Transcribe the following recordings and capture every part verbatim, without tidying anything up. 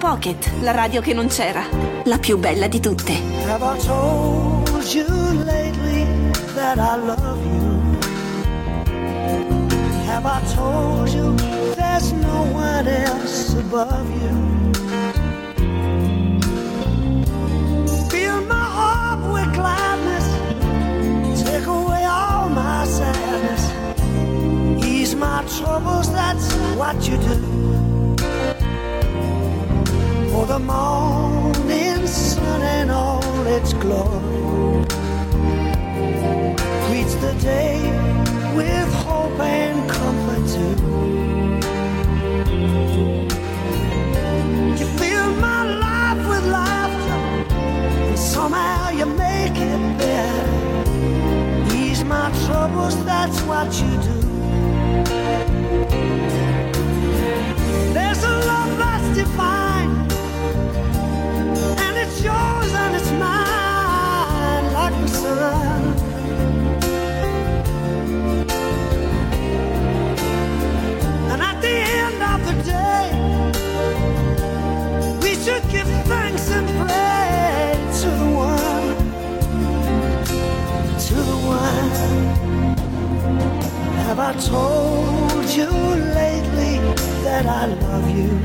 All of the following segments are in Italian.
Pocket, la radio che non c'era, la più bella di tutte. Have I told you lately that I love you? Have I told you there's no one else above you? Fill my heart with gladness, take away all my sadness, ease my troubles, that's what you do. For the morning sun and all its glory greets the day with hope and comfort too. You fill my life with laughter, and somehow you make it better. Ease my troubles, that's what you do. There's a love that's divine, and it's yours and it's mine like the sun. And at the end of the day, we should give thanks and pray to the one, to the one. Have I told you lately that I love you?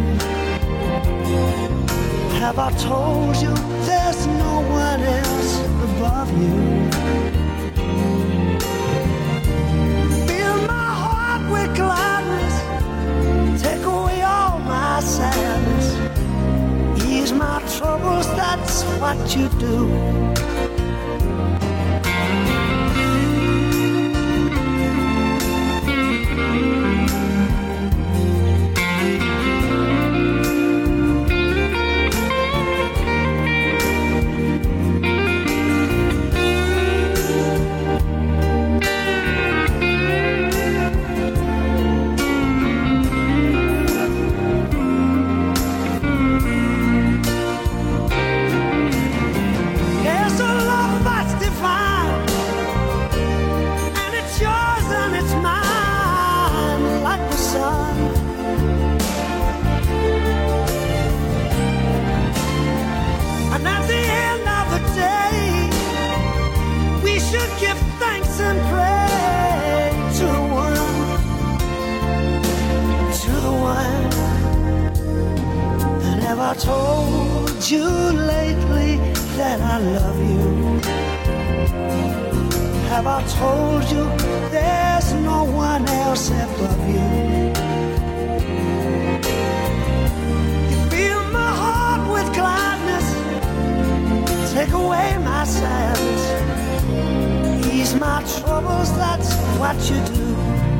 Have I told you there's no one else above you? Fill my heart with gladness, take away all my sadness, ease my troubles, that's what you do. Give thanks and pray to the one, to the one. And have I told you lately that I love you? Have I told you there's no one else above you? You fill my heart with gladness, take away my sadness, ease my troubles, that's what you do.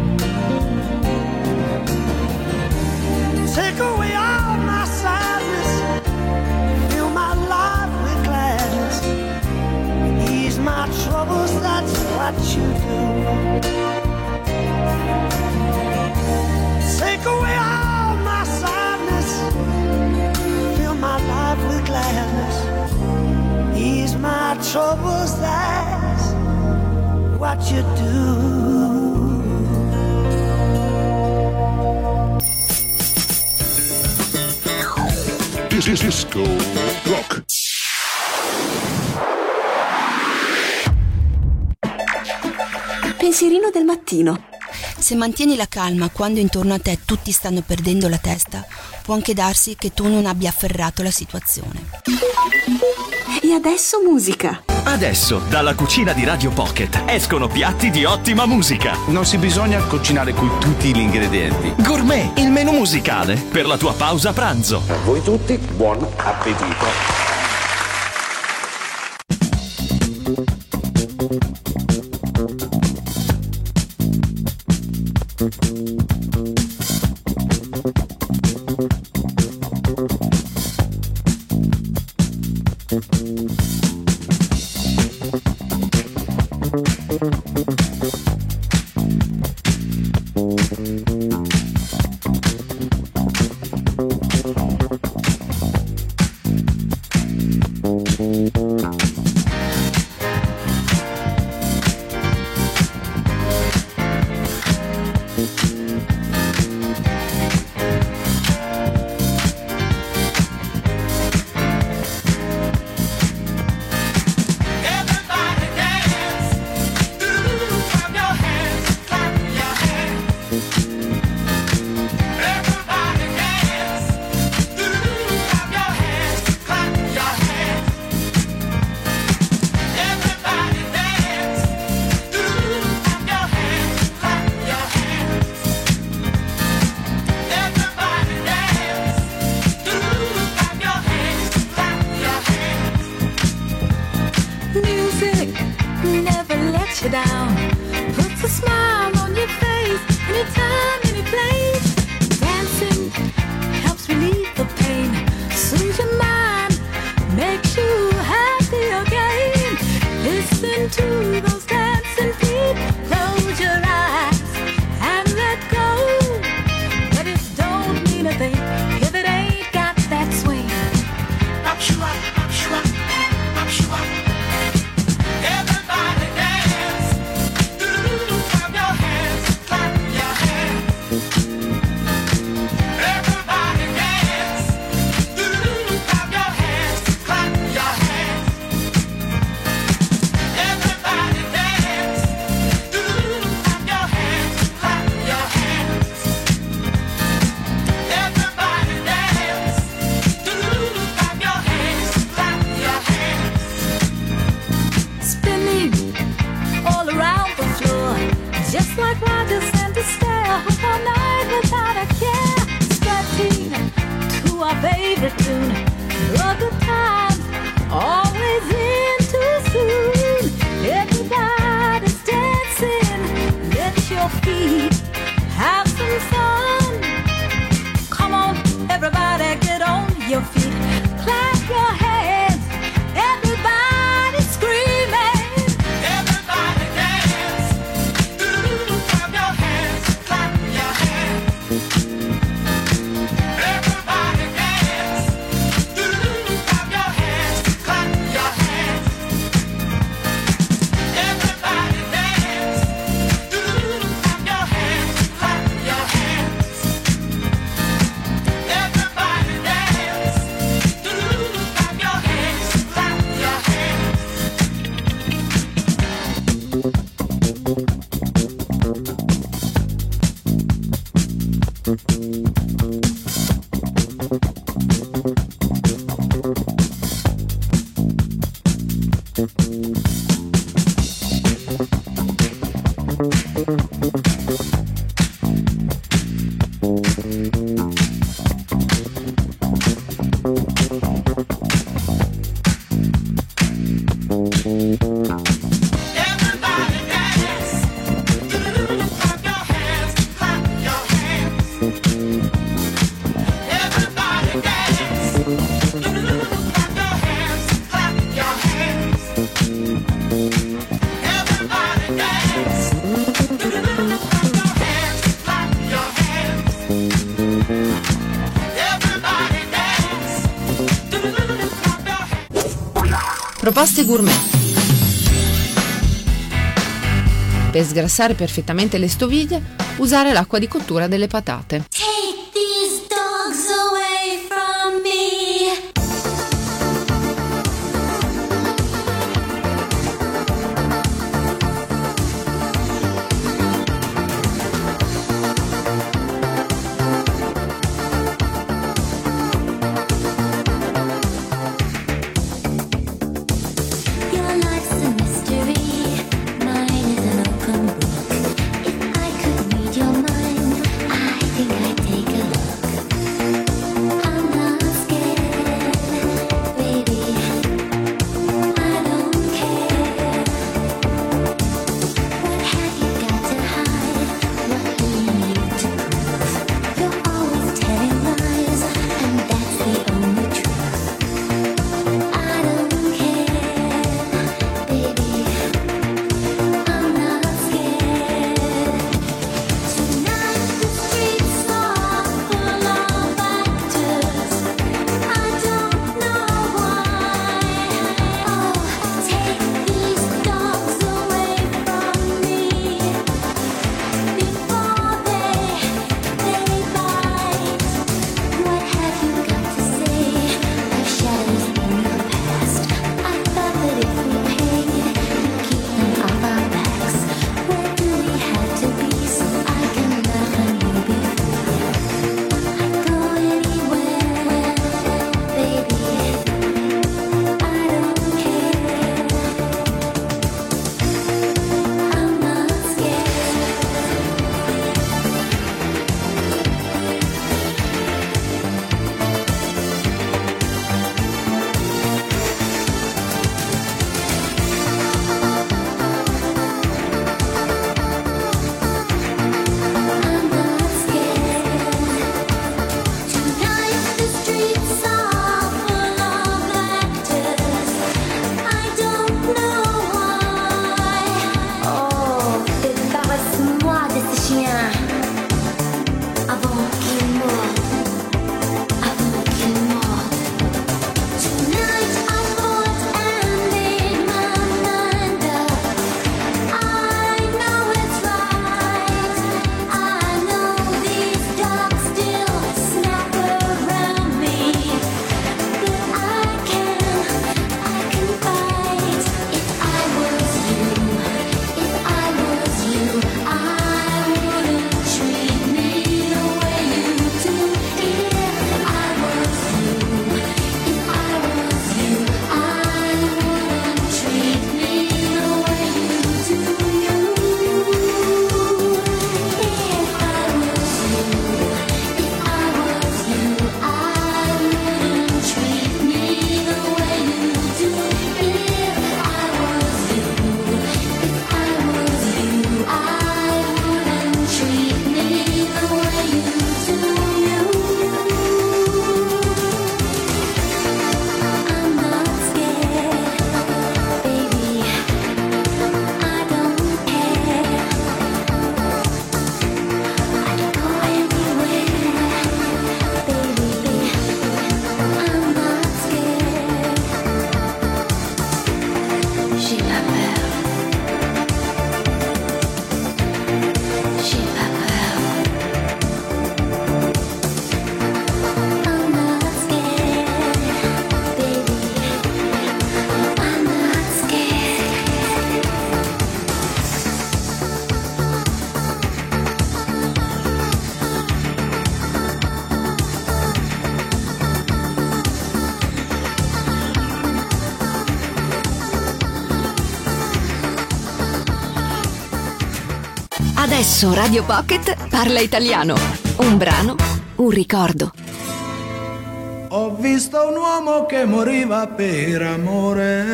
Take away all my sadness, fill my life with gladness, ease my troubles, that's what you do. Take away all my sadness, fill my life with gladness, ease my troubles, that's what you do. This is Disco Rock. Pensierino del mattino. Se mantieni la calma quando intorno a te tutti stanno perdendo la testa, può anche darsi che tu non abbia afferrato la situazione. E adesso musica. Adesso, dalla cucina di Radio Pocket, escono piatti di ottima musica. Non si bisogna cucinare qui tutti gli ingredienti. Gourmet, il menù musicale per la tua pausa pranzo. Per voi tutti, buon appetito. music never lets you down. Puts a smile on your face anytime, any place. Dancing helps relieve the pain, soothes your mind, makes you happy again. Listen to those dancing feet, close your eyes and let go. But it don't mean a thing if it ain't got that swing. Up, shoo, up, up, shoo, up, up, shoo, up. Everybody dance, do-do-do, clap your hands, clap your hands. Everybody dance, do-do-do, clap your hands, clap your hands. Everybody dance, do-do-do, clap your hands, clap your hands. Everybody dance, do-do-do, clap your hands, clap your hands. Spinning all around the floor, just like Rogers and Astaire, all night without a care. Stepping to our favorite tune, the good times always in too soon. Everybody's dancing, let your feet have some fun. Come on, everybody, get on your feet, clap your hands, everybody screaming. Everybody dance, do-do-do, clap your hands, clap your hands. Everybody dance, do-do-do, clap your hands, clap your hands. Everybody dance, do-do-do, clap your hands, clap your hands. Everybody dance, do-do-do, clap your hands, clap your hands. Everybody dance, do-do-do, clap your hands, clap your hands. Everybody dance, do-do-do, clap your hands, clap your hands. Everybody dance, do-do-do, clap your hands, clap your hands. Everybody dance, do-do-do, clap your hands. Proposte gourmet. Per sgrassare perfettamente le stoviglie, usare l'acqua di cottura delle patate. Take these dogs away from me. Your life's a mystery, mine is an open book. If I could read your mind, I think I'd take Adesso Radio Pocket parla italiano. Un brano, un ricordo. Ho visto un uomo che moriva per amore.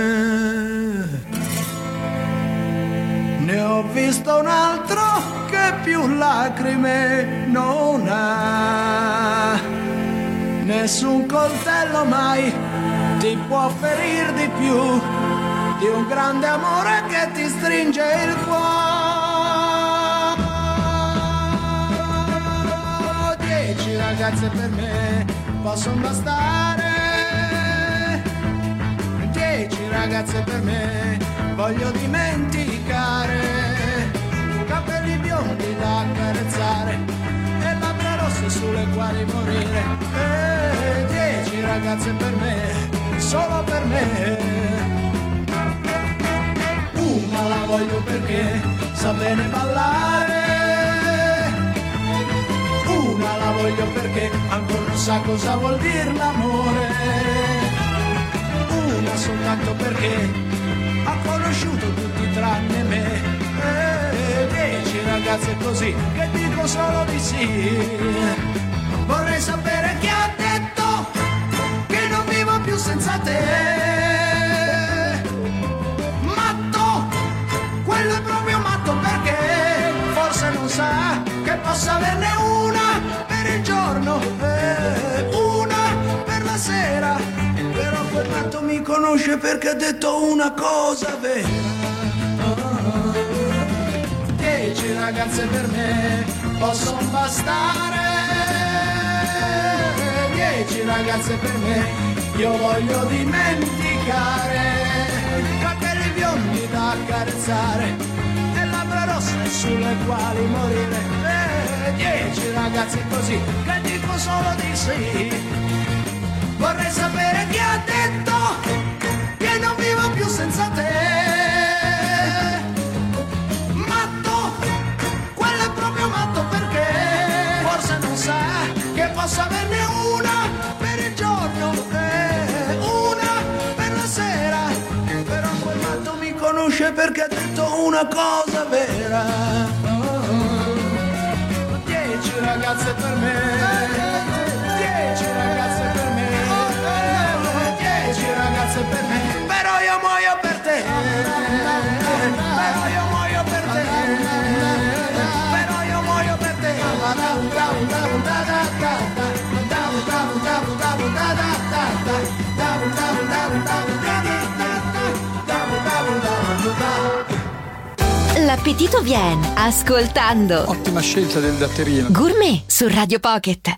Ne ho visto un altro che più lacrime non ha. Nessun coltello mai ti può ferir di più di un grande amore che ti stringe il cuore. Dieci ragazze per me possono bastare. Dieci ragazze per me voglio dimenticare. Capelli biondi da accarezzare e labbra rosse sulle quali morire. E dieci ragazze per me, solo per me. Una la voglio perché sa bene ballare. Una la voglio perché ancora non sa cosa vuol dire l'amore. Una soltanto perché ha conosciuto tutti tranne me. E dieci ragazze così che dico solo di sì. Vorrei sapere chi ha detto che non vivo più senza te. Quello è proprio matto perché forse non sa che possa averne una per il giorno e una per la sera. Però quel matto mi conosce perché ha detto una cosa vera. Oh, dieci ragazze per me possono bastare. Dieci ragazze per me io voglio dimenticare. Capelli biondi da accarezzare e labbra rosse sulle quali morire. E dieci ragazze così che dico solo di sì. Vorrei sapere chi ha detto che non vivo più senza te. Matto, quello è proprio matto perché forse non sa che possa averne una per il giorno e una per la sera. Però quel matto mi conosce perché ha detto una cosa vera. Oh, dieci ragazze per me, dieci ragazze per me, dieci ragazze per me. Però io muoio per te, però io muoio per te, però io muoio per te. L'appetito viene ascoltando. Ottima scelta del datterino. Gourmet su Radio Pocket.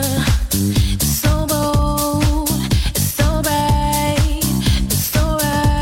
So bold, so brave, so right.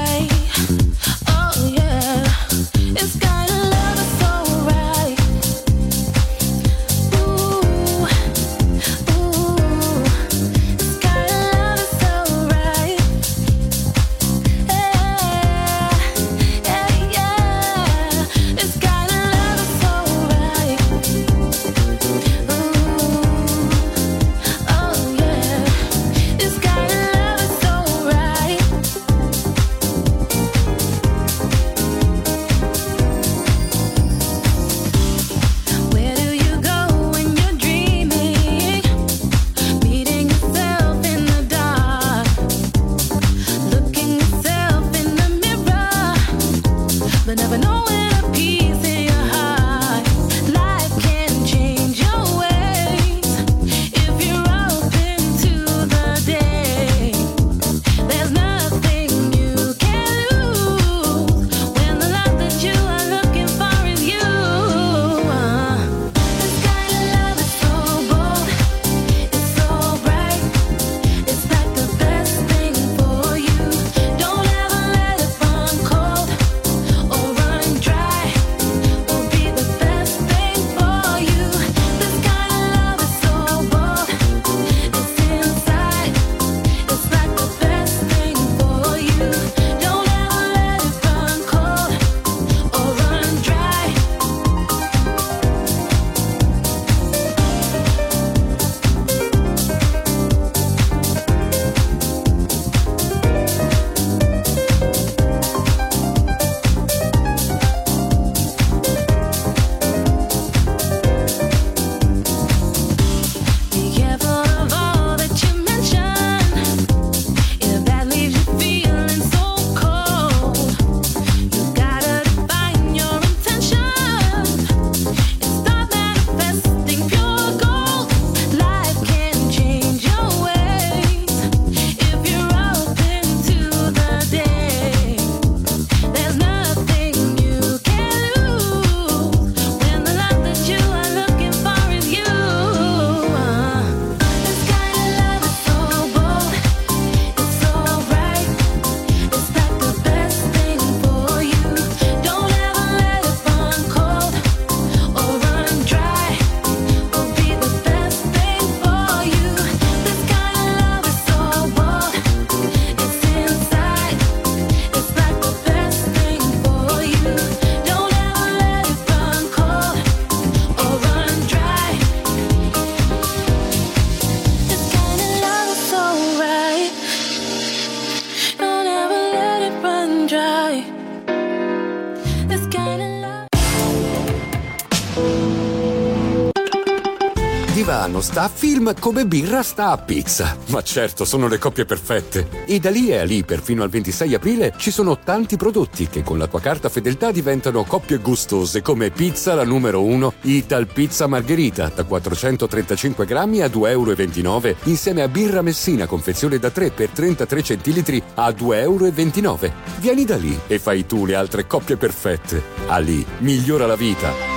strano, sta a film come birra sta a pizza. Ma certo, sono le coppie perfette. E da lì e a lì, perfino al ventisei aprile, ci sono tanti prodotti che con la tua carta fedeltà diventano coppie gustose, come pizza la numero uno, Ital Pizza Margherita, da quattrocentotrentacinque grammi a due e ventinove euro, insieme a birra Messina, confezione da tre per trentatré centilitri a due e ventinove euro. Vieni da lì e fai tu le altre coppie perfette. A lì migliora la vita.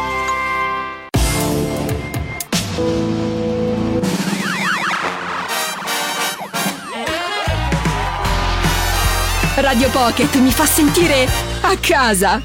Radio Pocket mi fa sentire a casa.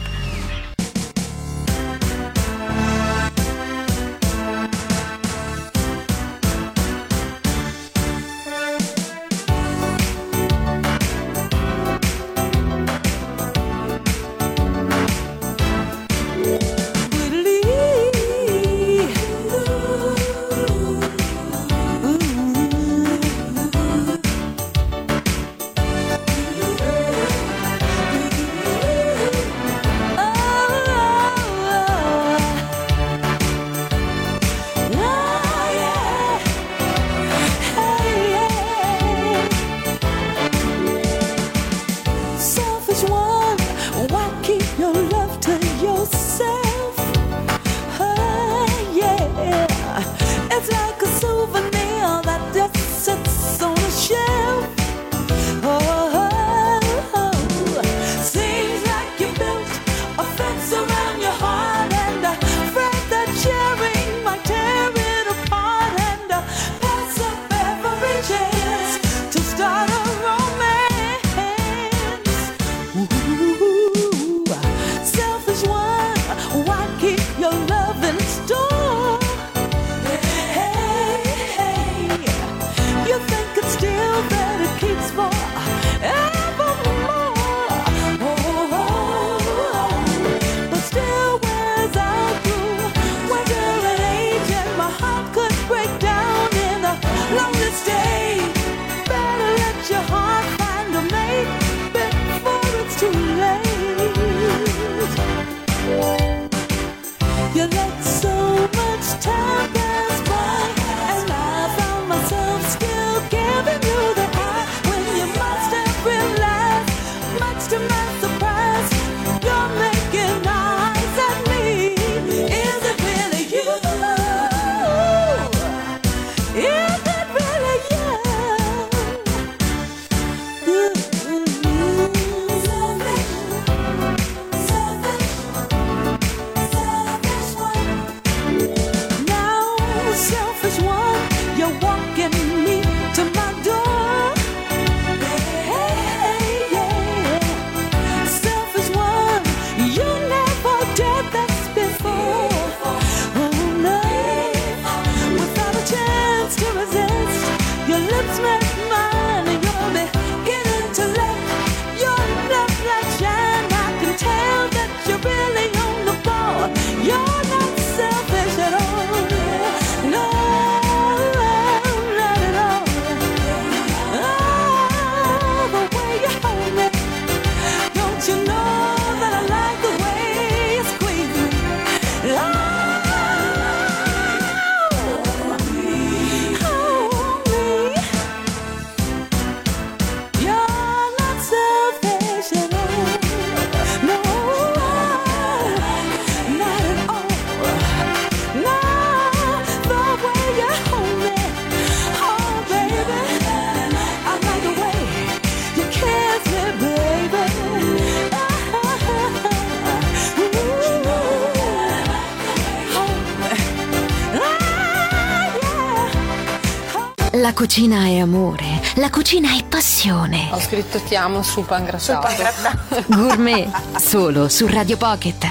La cucina è amore, la cucina è passione. Ho scritto ti amo sul pangrattato. Gourmet, solo su Radio Pocket.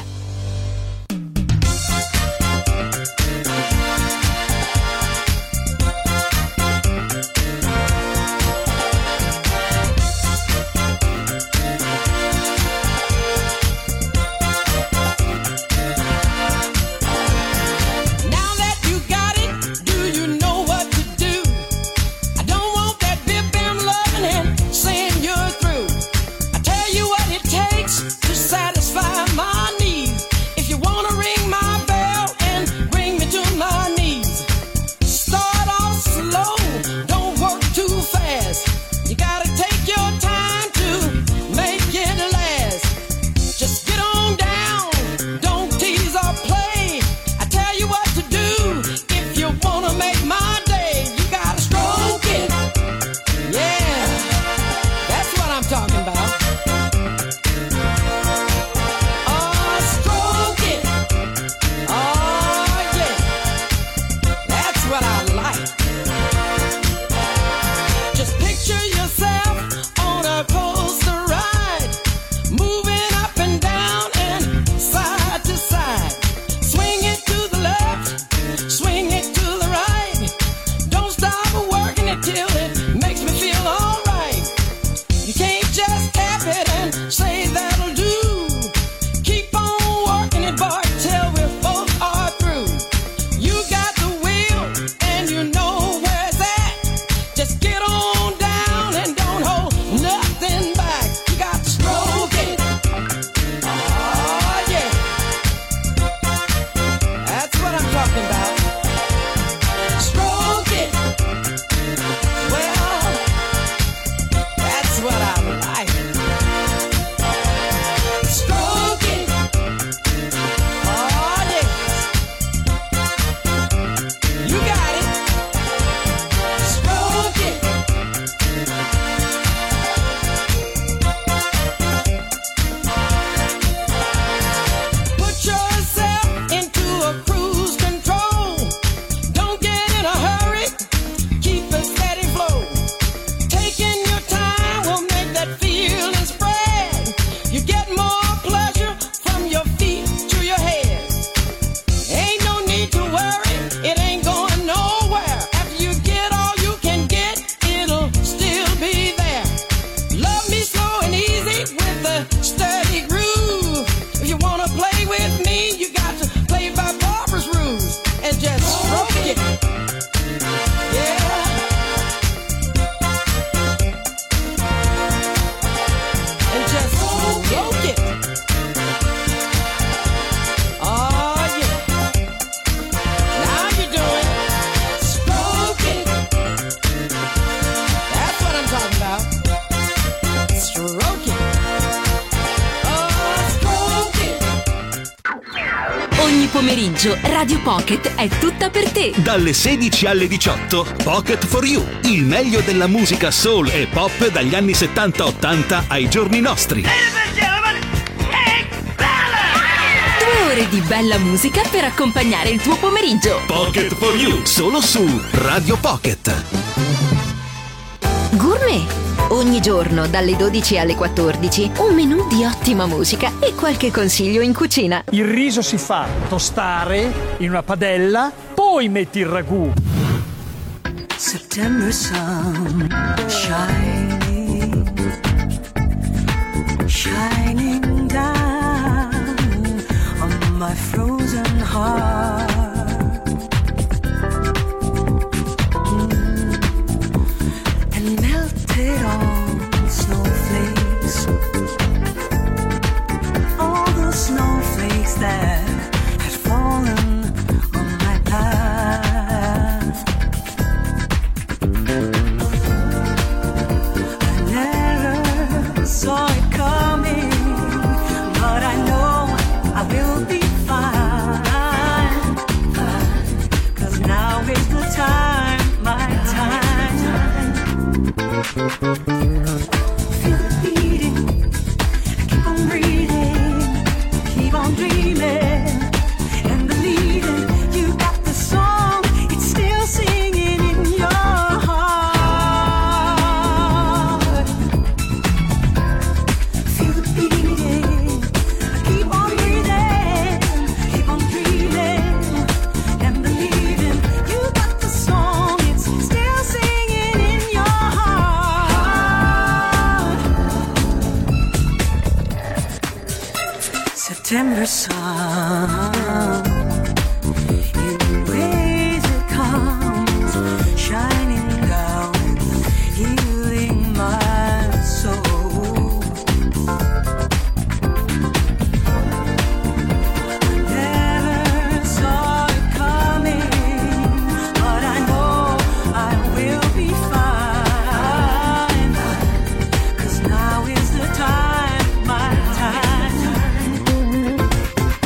Saying you're through. I tell you what it takes to satisfy my needs. Pomeriggio Radio Pocket è tutta per te. Dalle sedici alle diciotto, Pocket for You, il meglio della musica soul e pop dagli anni settanta ottanta ai giorni nostri. Due ore di bella musica per accompagnare il tuo pomeriggio. Pocket for You, solo su Radio Pocket. Gourmet. Ogni giorno dalle dodici alle quattordici un menù di ottima musica e qualche consiglio in cucina. Il riso si fa tostare in una padella, poi metti il ragù. September sun shining, shining down on my frozen heart. On snowflakes, all the snowflakes that had fallen on my path. I never saw it coming, but I know I will be fine, fine, 'cause now is the time, my time. Feel the beating, keep on breathing, keep on dreaming and believing. You got the song, it's still singing in your heart. Feel the beating, keep on breathing, keep on dreaming and believing. You got the song, it's still singing in your September sun, in ways it comes, shining down and healing my soul. I never saw it coming, but I know I will be fine, 'cause now is the time, my time.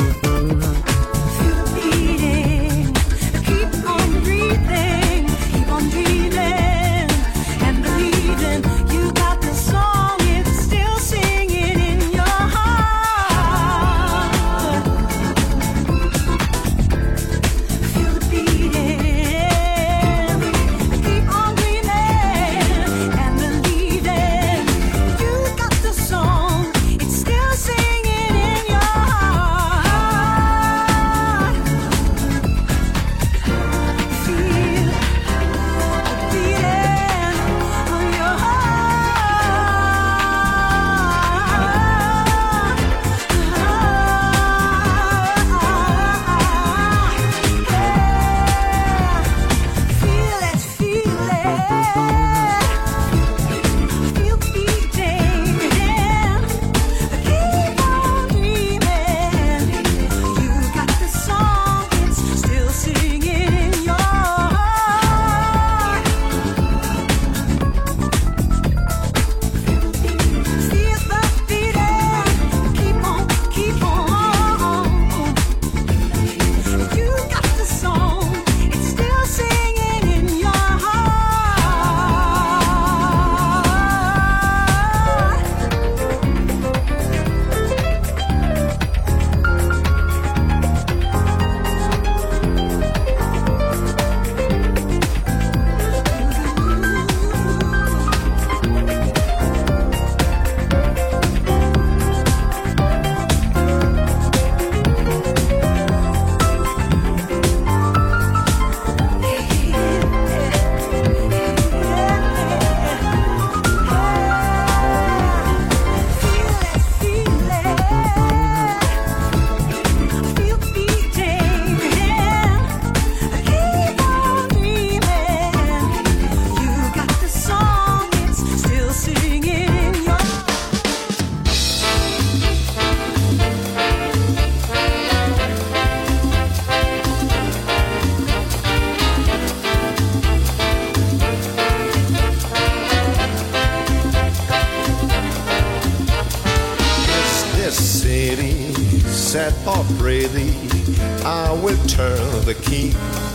or pretty, I will turn the key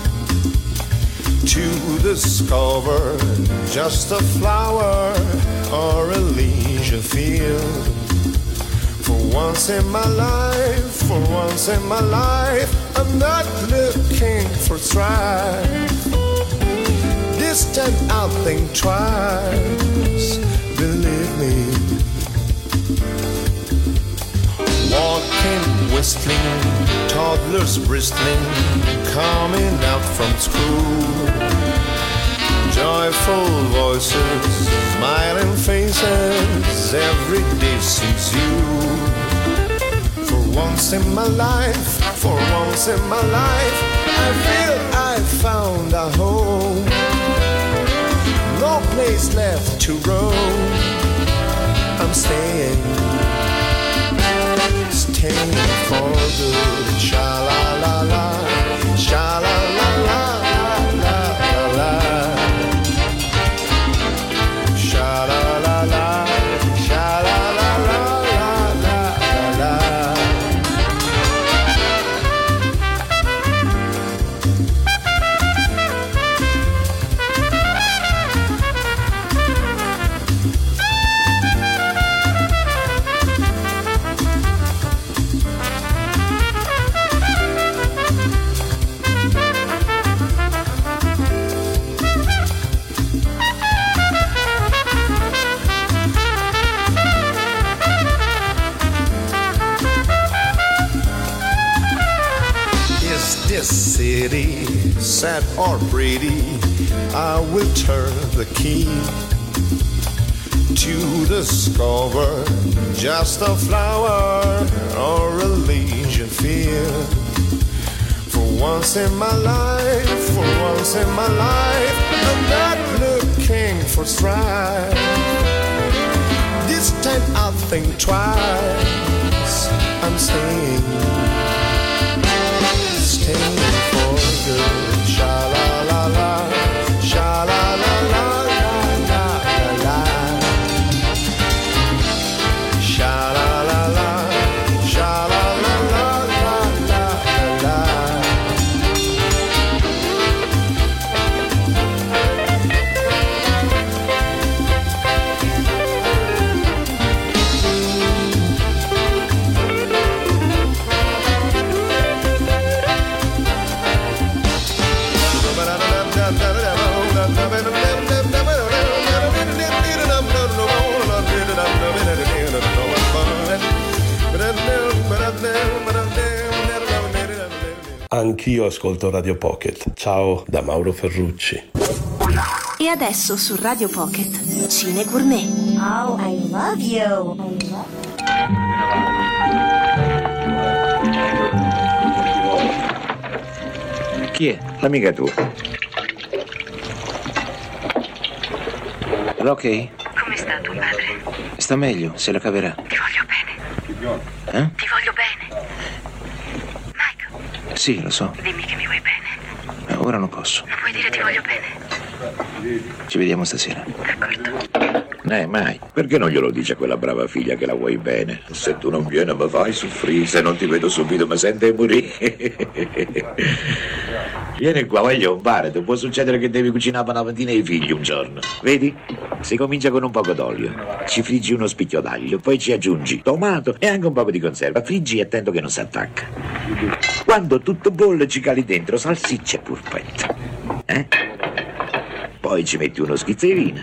to discover just a flower or a leisure field. For once in my life, for once in my life, I'm not looking for strife. This time I'll think twice, believe me. Walking, whistling, toddlers bristling, coming out from school. Joyful voices, smiling faces, every day sees you. For once in my life, for once in my life, I feel I found a home. No place left to roam. I'm staying, staying for good. Sha la la la, sha la la la la la la. Sha la la la, sha la la la la la la. City, sad or pretty, I will turn the key to discover just a flower or a leisure field. For once in my life, for once in my life, I'm not looking for strife. This time I'll think twice. I'm staying, staying for good. Sha la la la, sha la la la la la la. Sha la la la, sha la la la la la la. Anch'io ascolto Radio Pocket. Ciao da Mauro Ferrucci. E adesso su Radio Pocket, Cine Gourmet. Oh, I love you. Chi è? L'amica tua. Rocky? Come sta tuo padre? Sta meglio, se la caverà. Ti voglio bene. Eh? Ti voglio bene. Sì, lo so. Dimmi che mi vuoi bene. Ma ora non posso. Non puoi dire ti voglio bene. Ci vediamo stasera. D'accordo. Eh, mai. Perché non glielo dice a quella brava figlia che la vuoi bene? Se tu non vieni mi fai soffrire, se non ti vedo subito mi sente morire. Vieni qua, voglio un bar. Ti può succedere che devi cucinare per una ventina ai figli un giorno. Vedi? Si comincia con un poco d'olio. Ci friggi uno spicchio d'aglio, poi ci aggiungi tomato e anche un poco di conserva. Friggi attento che non si attacca. Quando tutto bolle ci cali dentro salsiccia e purpetta. Eh? Poi ci metti uno schizzo di vino.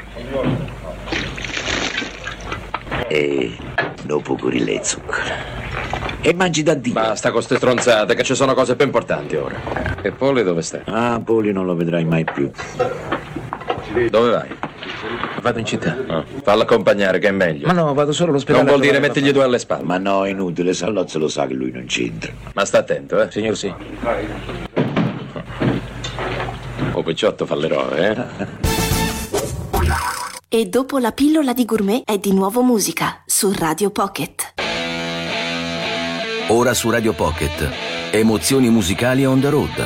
E dopo curilla e zucchero. E mangi da Dio. Basta con ste stronzate, che ci sono cose più importanti ora. E Poli dove sta? Ah, Poli non lo vedrai mai più. Dove vai? Vado in città. Ah, fallo accompagnare, che è meglio. Ma no, vado solo all'ospedale. Non vuol dire mettigli due alle spalle. Ma no, è inutile, Sallozzo lo sa che lui non c'entra. Ma sta attento, eh? Signor sì. O picciotto fallerò, eh? E dopo la pillola di gourmet è di nuovo musica su Radio Pocket. Ora su Radio Pocket, emozioni musicali on the road.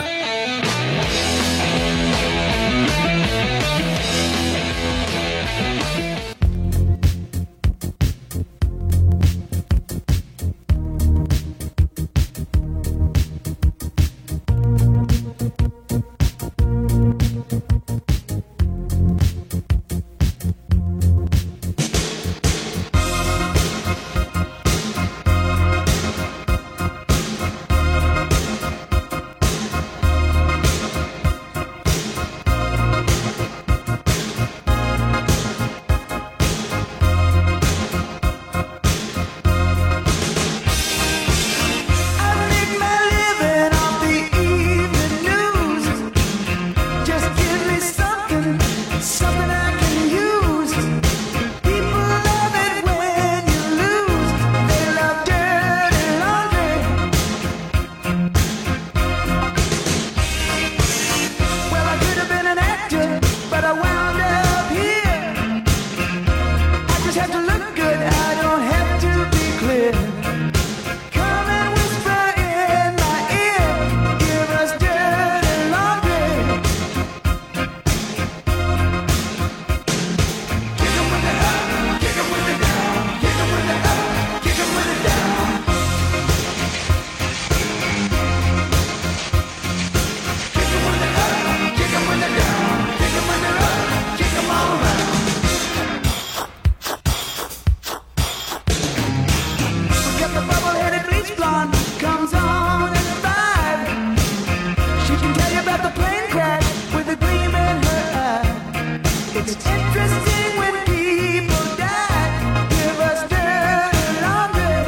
It's interesting when people die. Give us dirty laundry.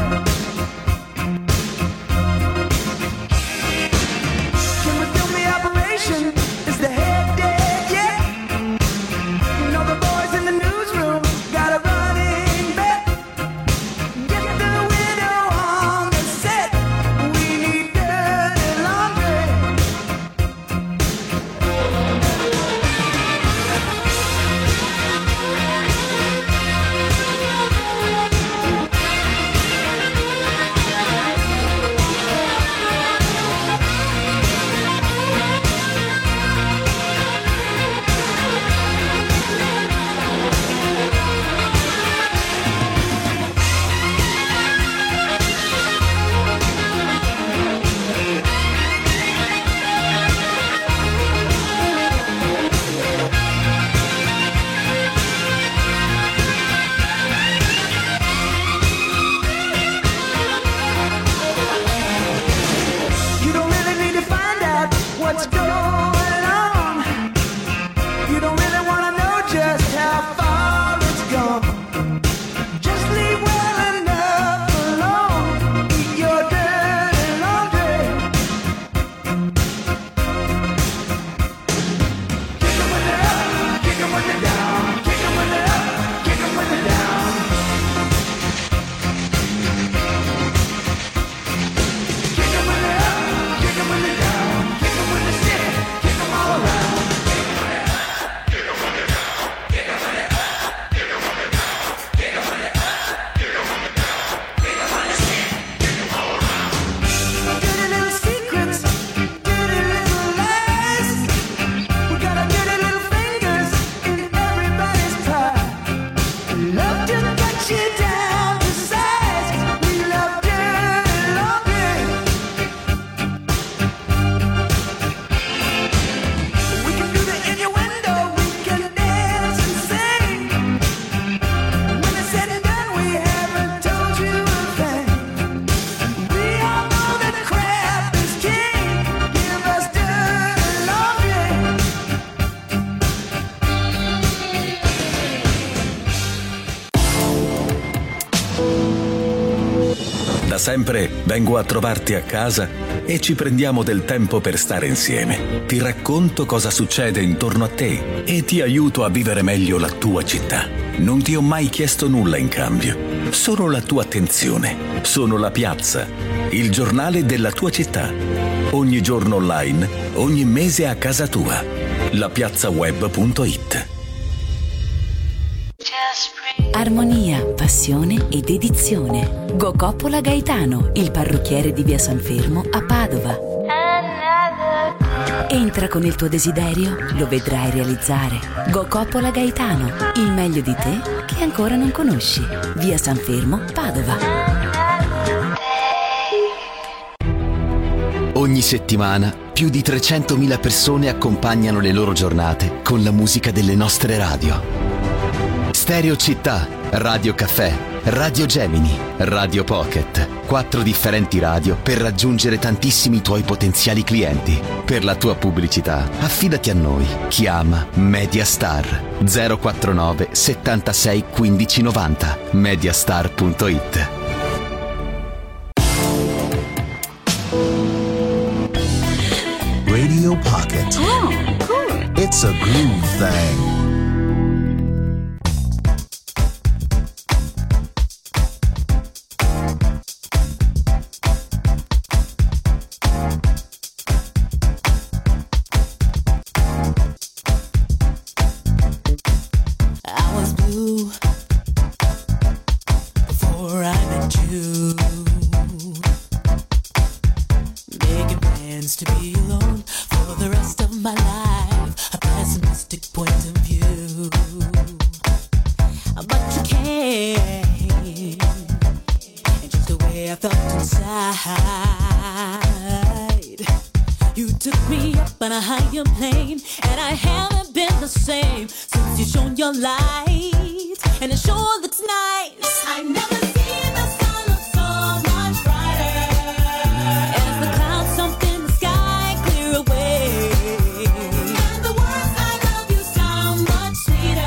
Can we film the operation? Is the head dead yet? You know the boys in the newsroom got a running bet. Get the widow on the set. We need dirty laundry. You don't really need to find out what's going on. You don't really want to know just how far it's gone. Just leave well enough alone. Eat your dirty laundry. Kick 'em when they're up, kick 'em when they're down. Kick 'em when they're up, kick 'em when they're down. Kick 'em when they're up, kick 'em when they're down. Kick 'em when they're sick, kick 'em all around. Dirty little secrets, dirty little lies. We got our dirty little fingers in everybody's pie. Love to cut you down to size. We love dirty laundry. We can do the innuendo, we can dance and sing. When it's said and done, we haven't told you a thing. We all know that crap is king. Give us dirty laundry. Da sempre vengo a trovarti a casa e ci prendiamo del tempo per stare insieme. Ti racconto cosa succede intorno a te e ti aiuto a vivere meglio la tua città. Non ti ho mai chiesto nulla in cambio, solo la tua attenzione. Sono La Piazza, il giornale della tua città. Ogni giorno online, ogni mese a casa tua. la piazza web punto it. Armonia, passione e dedizione. Gocoppola Gaetano, il parrucchiere di via San Fermo a Padova. Entra con il tuo desiderio, lo vedrai realizzare. Gocoppola Gaetano, il meglio di te che ancora non conosci. Via San Fermo, Padova. Ogni settimana più di trecentomila persone accompagnano le loro giornate con la musica delle nostre radio. Stereo Città, Radio Caffè, Radio Gemini, Radio Pocket. Quattro differenti radio per raggiungere tantissimi tuoi potenziali clienti. Per la tua pubblicità, affidati a noi. Chiama Mediastar zero quarantanove settantasei quindici novanta. mediastar punto it. Radio Pocket. Oh, cool. It's a groove thing. Sweeter.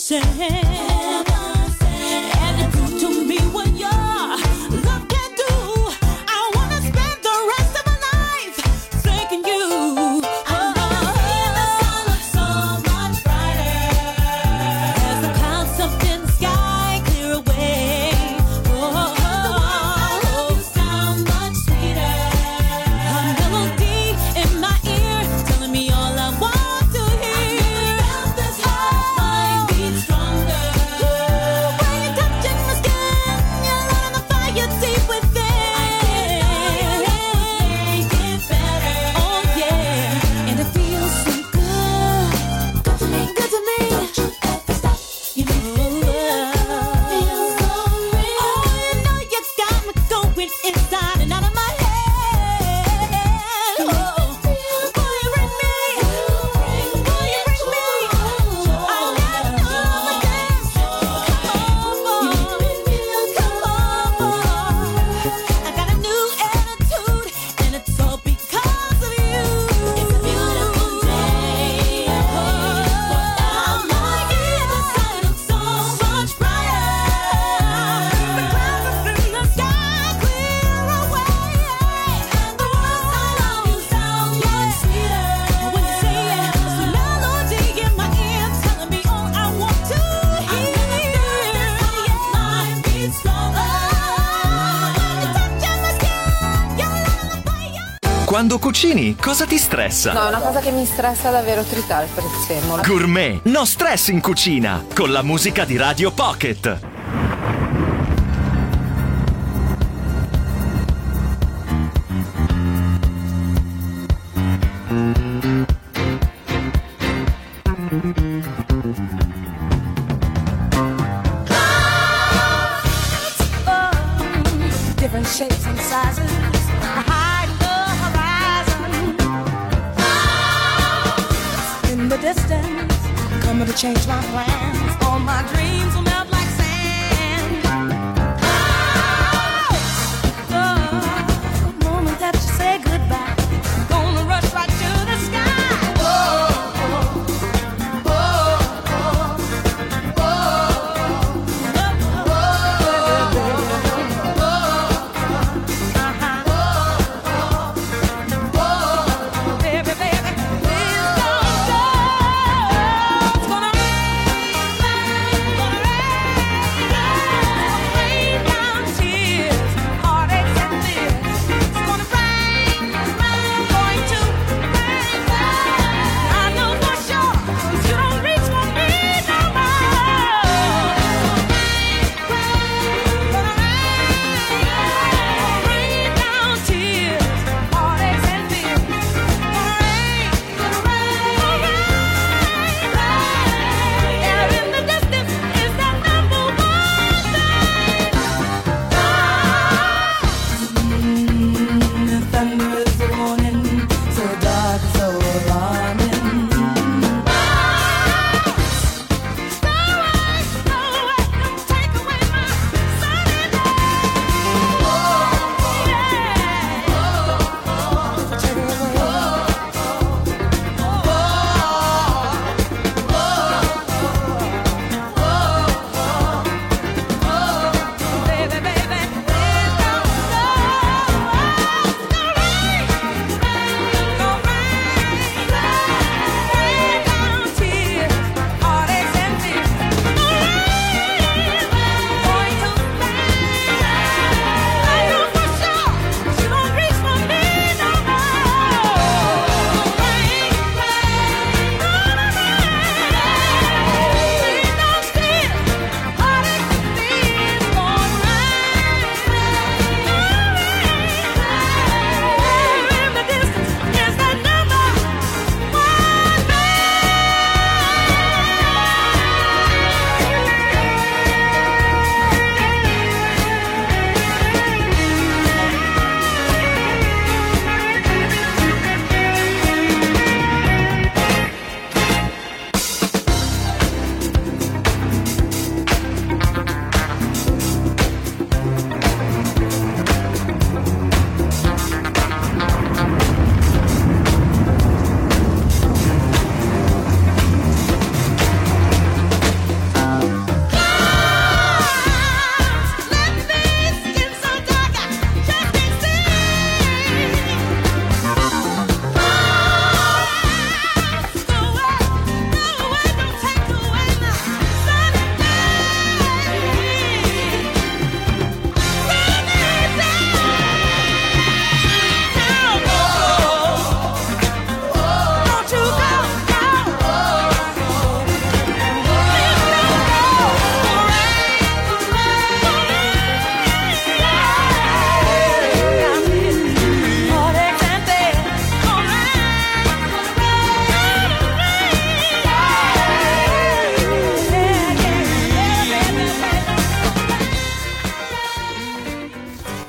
Quando cucini, cosa ti stressa? No, una cosa che mi stressa davvero tritare il prezzemolo. Gourmet, no stress in cucina, con la musica di Radio Pocket. Different shapes and sizes. Distance, coming to change my plans. All my dreams will melt like sand. Oh, oh, the moment that you say goodbye, I'm gonna rush right to the sky. Oh, oh, oh, oh, oh, oh, oh, baby, baby. It's gonna rain, gonna rain.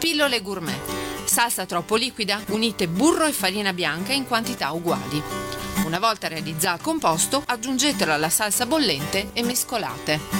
Pillole gourmet. Salsa troppo liquida? Unite burro e farina bianca in quantità uguali. Una volta realizzato il composto, aggiungetelo alla salsa bollente e mescolate.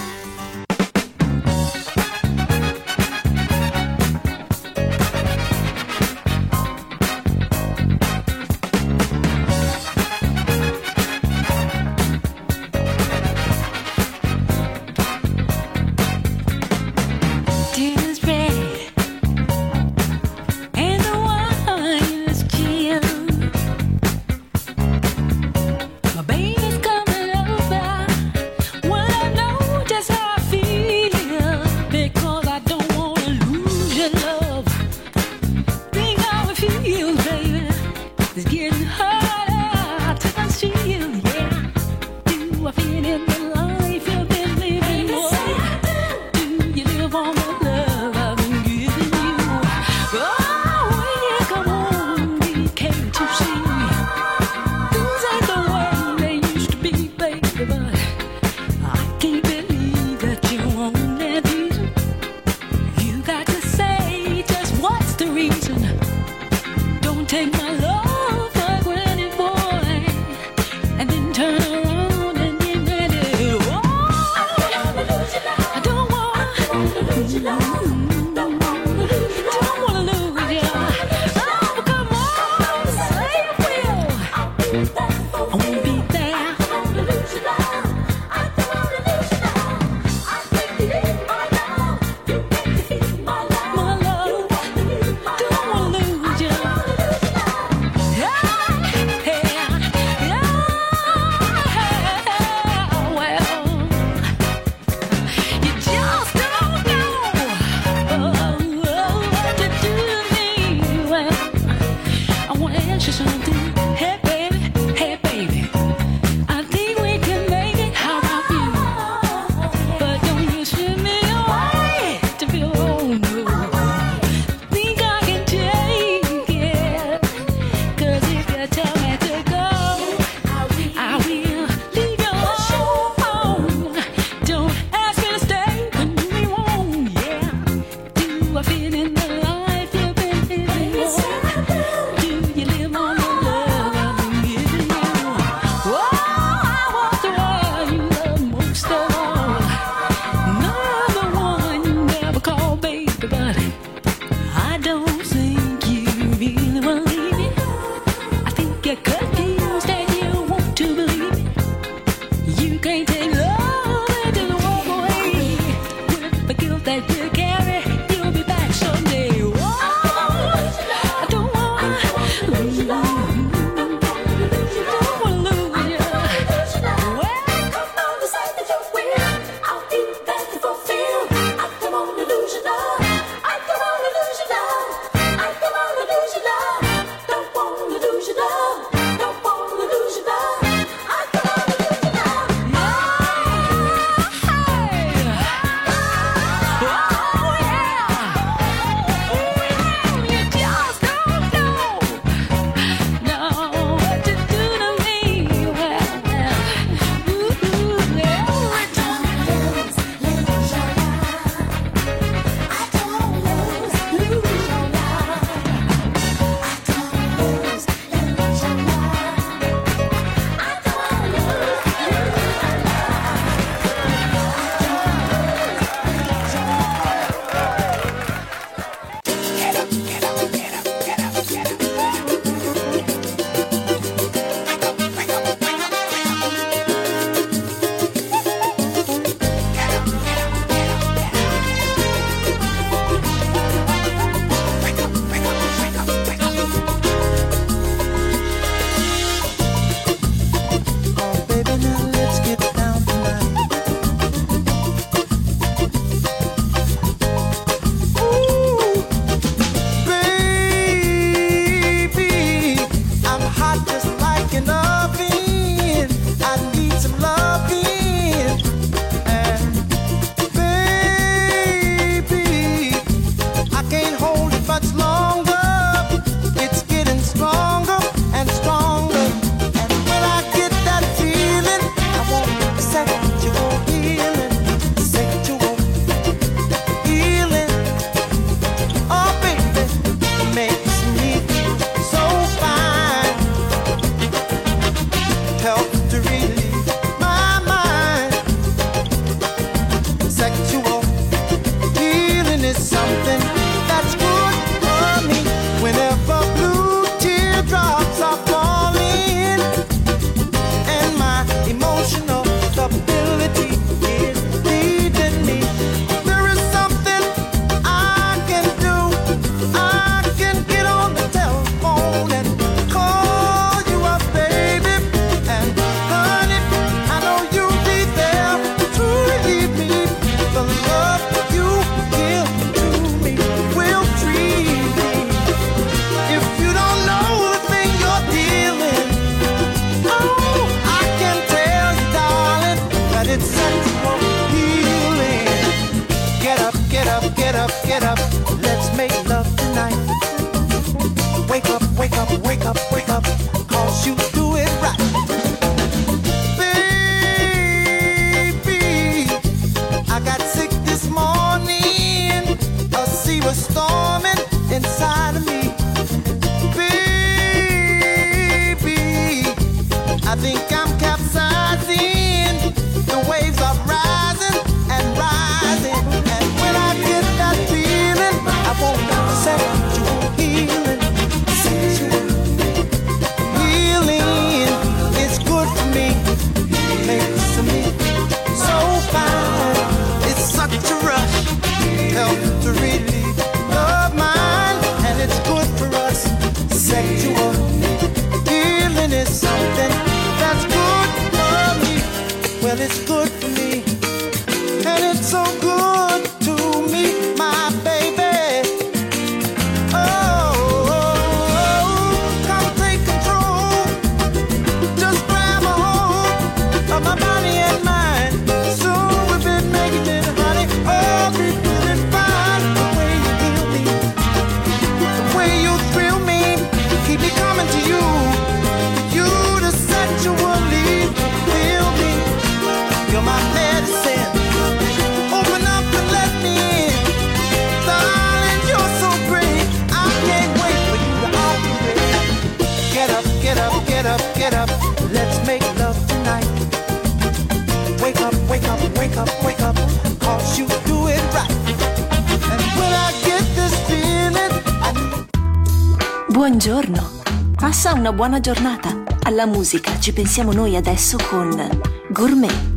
Buongiorno. Passa una buona giornata. Alla musica ci pensiamo noi adesso con Gourmet.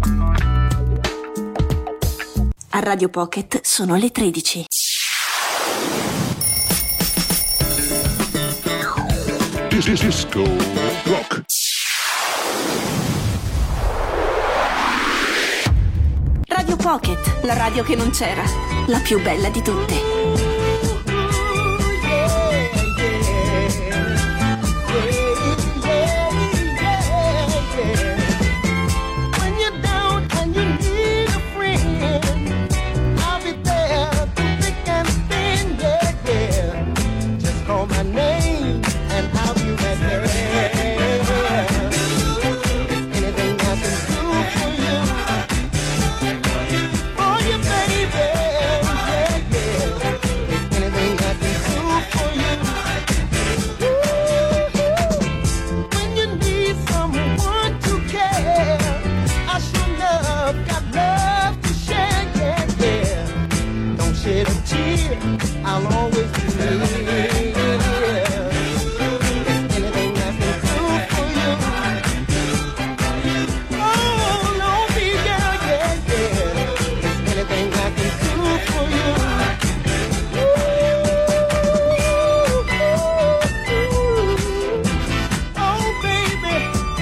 A Radio Pocket sono le tredici. Disco Rock. Radio Pocket, la radio che non c'era, la più bella di tutte. I'll always be here. Anything I can do for you. Oh, no, be girl, yeah, yeah. Anything I can do for you. Oh, baby,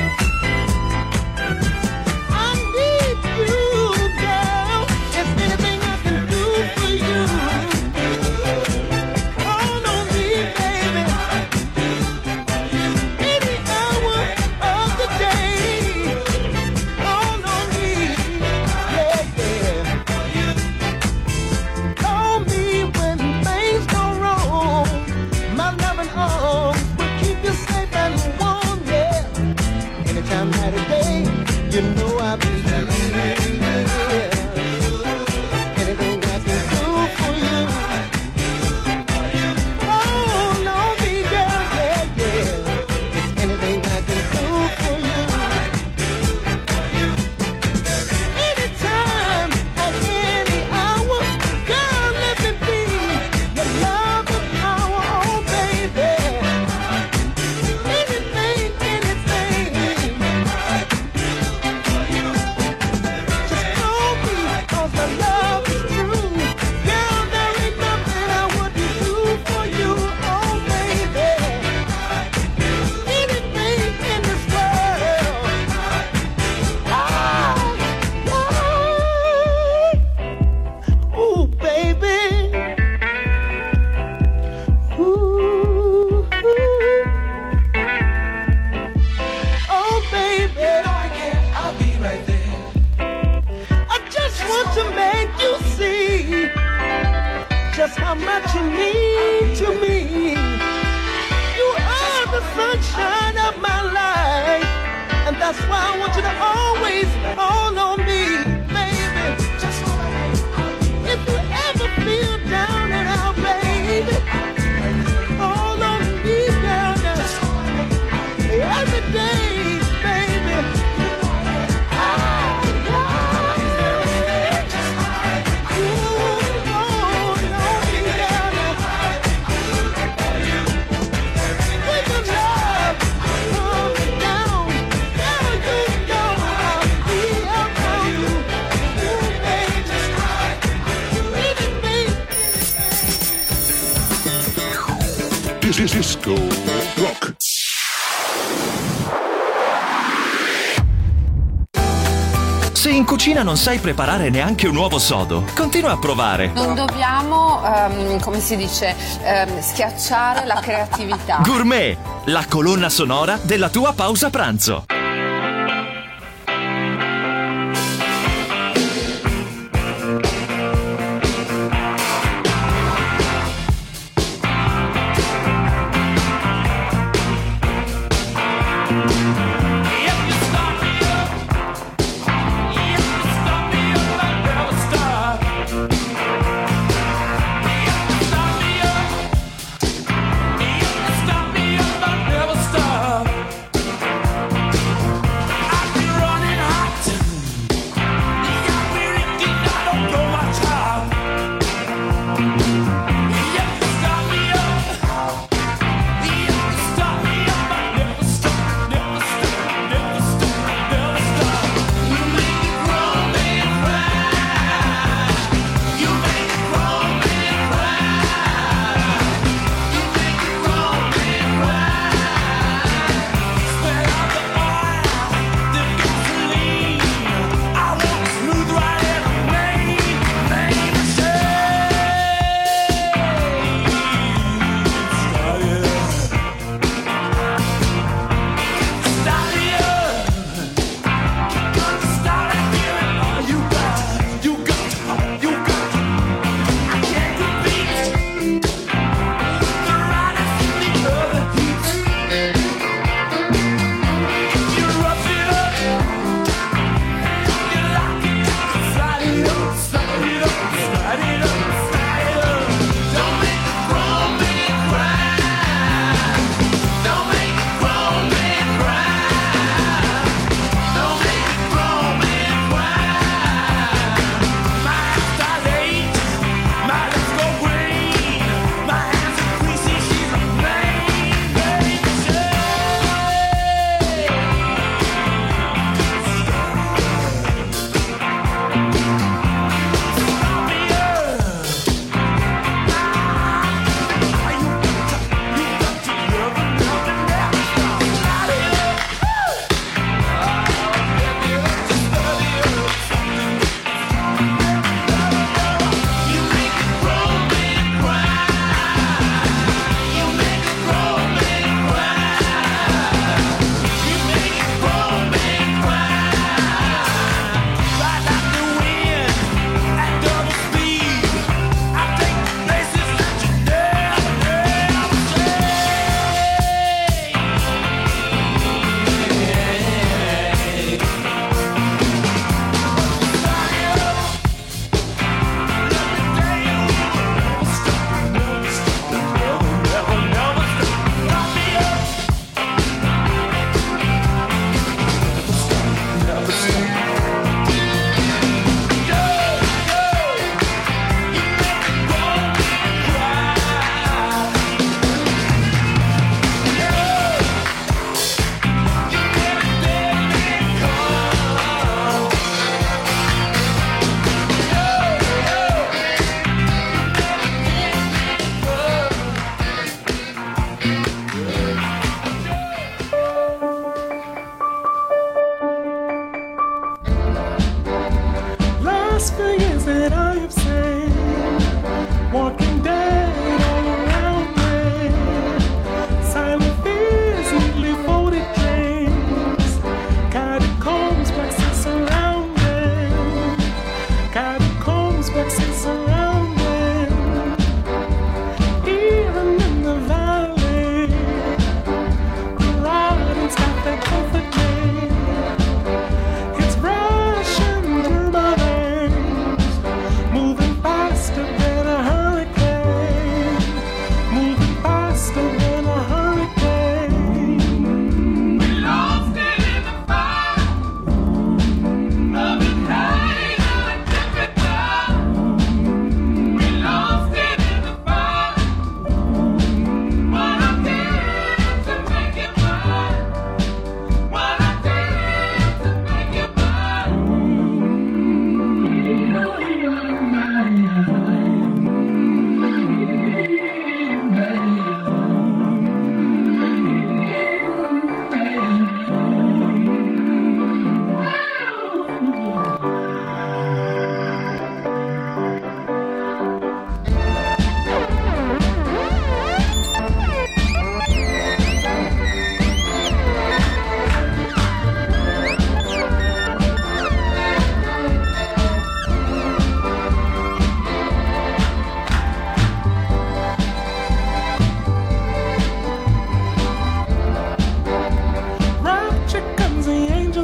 I need you, girl. If anything I can do for you. You know I'll be here. Anything I can do for you. Oh, no, be girl, yeah, yeah. Anything I can do for you. Anytime, at any hour, girl, let me be your love and power, oh, baby. Anything, anything. How much you mean to me. You are the sunshine of my life, and that's why I want you to always call on me, baby. If you ever feel down and out, baby, call on me, girl, every day, baby. Disco Rock. Se in cucina non sai preparare neanche un uovo sodo, continua a provare. Non dobbiamo, um, come si dice, um, schiacciare la creatività. Gourmet, la colonna sonora della tua pausa pranzo. Stop me up, I'll never stop.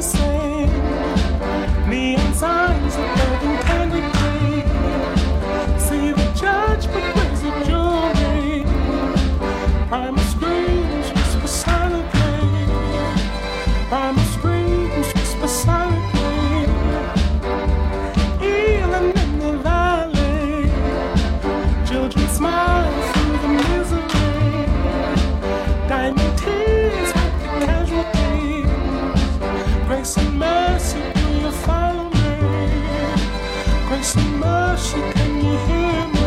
same. Neon signs above and candy cane. See the judge but where's the jury? Primal screams whisper silently. Primal screams whisper silently. Healing in the valley. Children smile through the misery. Diamond tears with the casualties. Grace and mercy, do you follow me? Grace and mercy, can you hear me?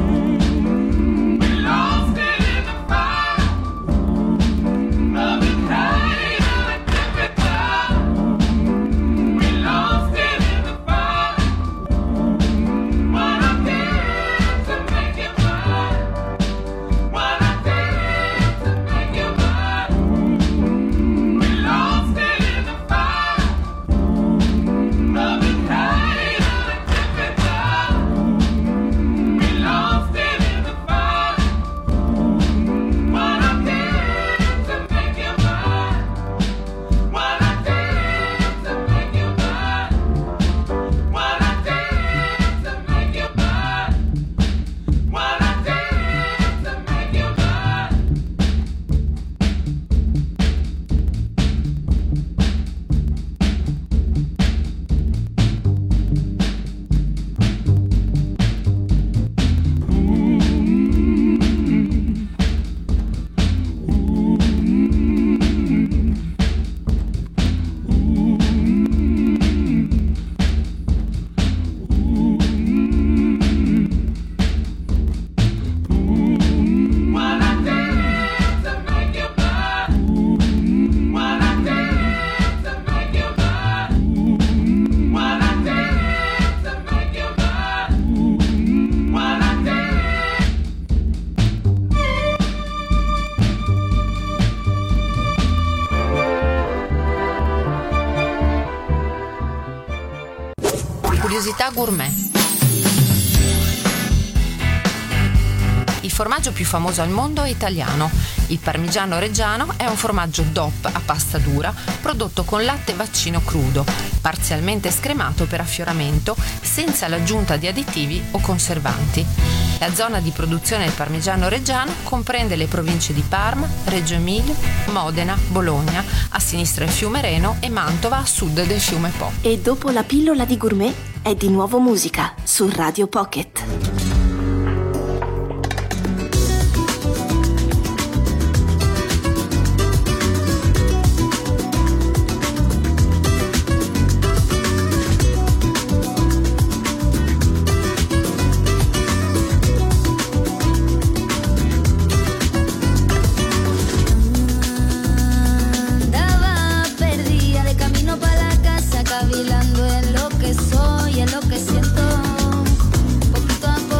We lost it in the fire. Love and hate and difficult. We lost it in the fire. What I did to make it mine. What I did to make it mine. We lost it in the fire. Love and hate and difficult. We lost it in the fire. What I did to make it mine. What I did to make it mine. What I did to make it mine. What I did to make it mine. What I did to make you mine. What I did to make you mine. What I did to make you mine. What I did. Curiosità gourmet. Il formaggio più famoso al mondo è italiano. Il parmigiano reggiano è un formaggio D O P a pasta dura prodotto con latte vaccino crudo, parzialmente scremato per affioramento, senza l'aggiunta di additivi o conservanti. La zona di produzione del parmigiano reggiano comprende le province di Parma, Reggio Emilia, Modena, Bologna, a sinistra il fiume Reno e Mantova a sud del fiume Po. E dopo la pillola di gourmet è di nuovo musica su Radio Pocket. Andaba perdida de camino pa' la casa, cavilando en lo que soy, en lo que siento. Poquito a poco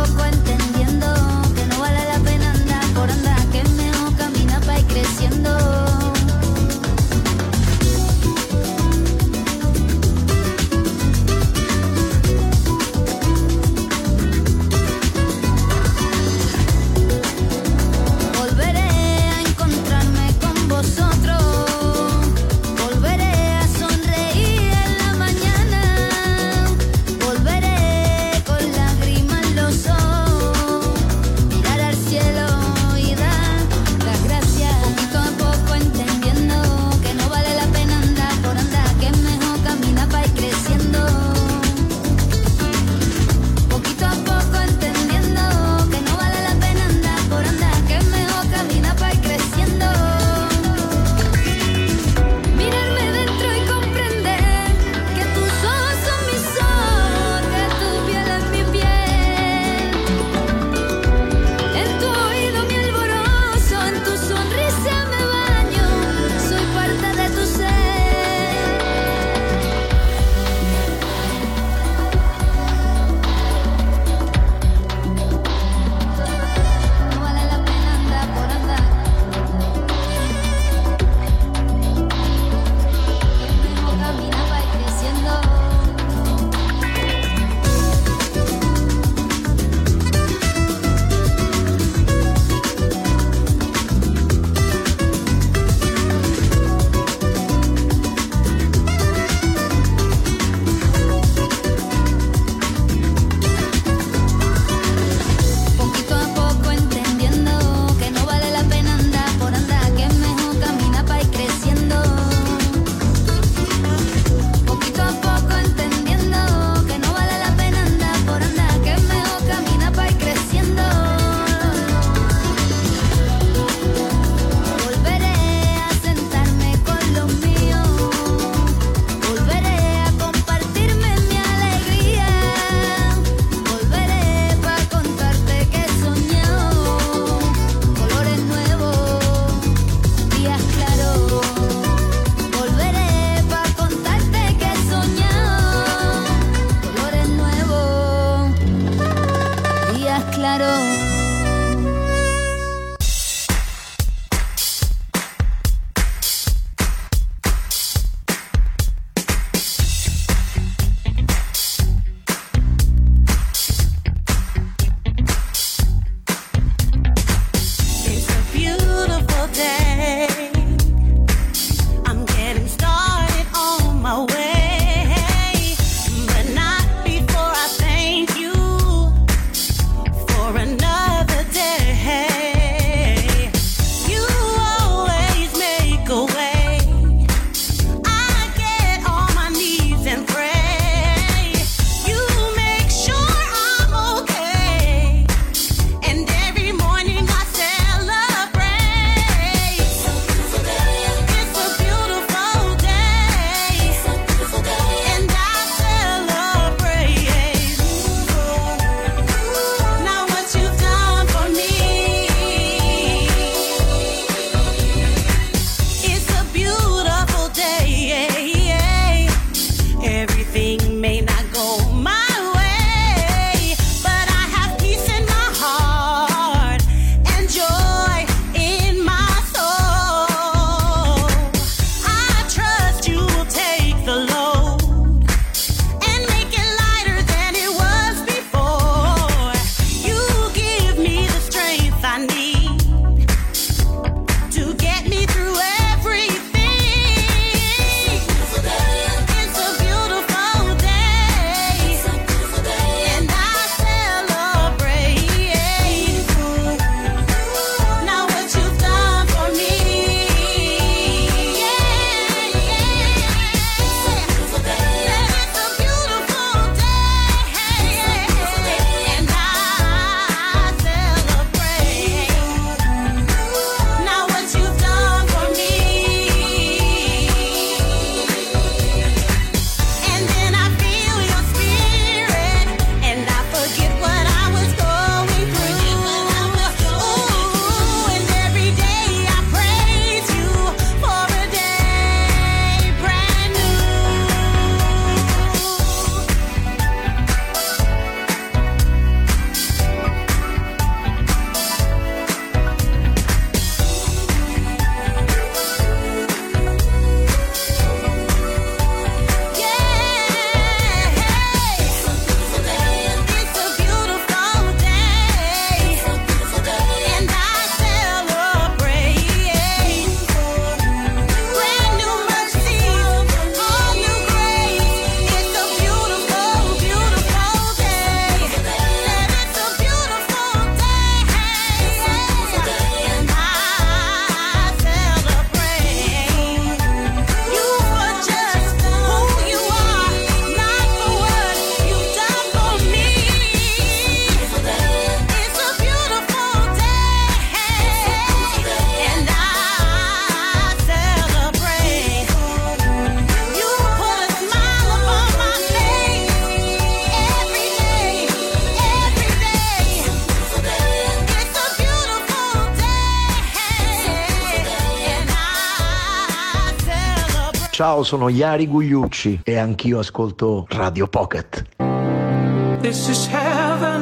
Ciao, sono Iari Gugliucci e anch'io ascolto Radio Pocket. This is heaven,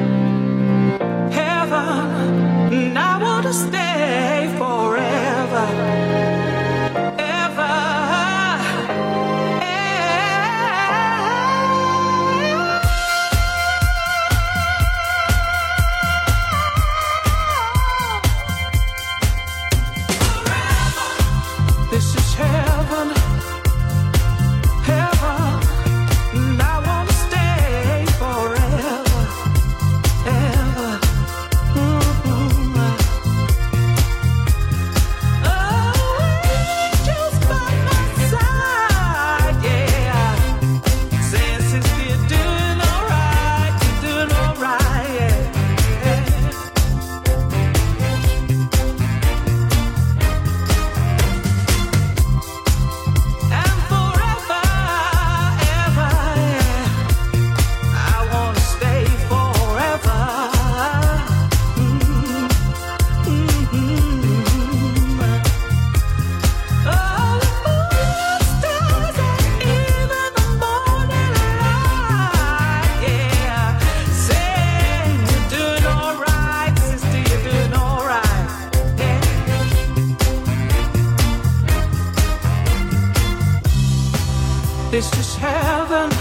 heaven, and I want to stay forever, ever, ever. This is heaven, heaven, and I want to stay forever, ever. Mm-hmm. Oh, angels by my side, yeah. Says it's you're doing alright, you're doing alright, yeah. And forever, ever, yeah. I wanna stay forever. Mm-hmm. Oh, the moon, stars, and even the morning light, yeah. Say you're doing alright, sister, you're doing alright, yeah. This is heaven,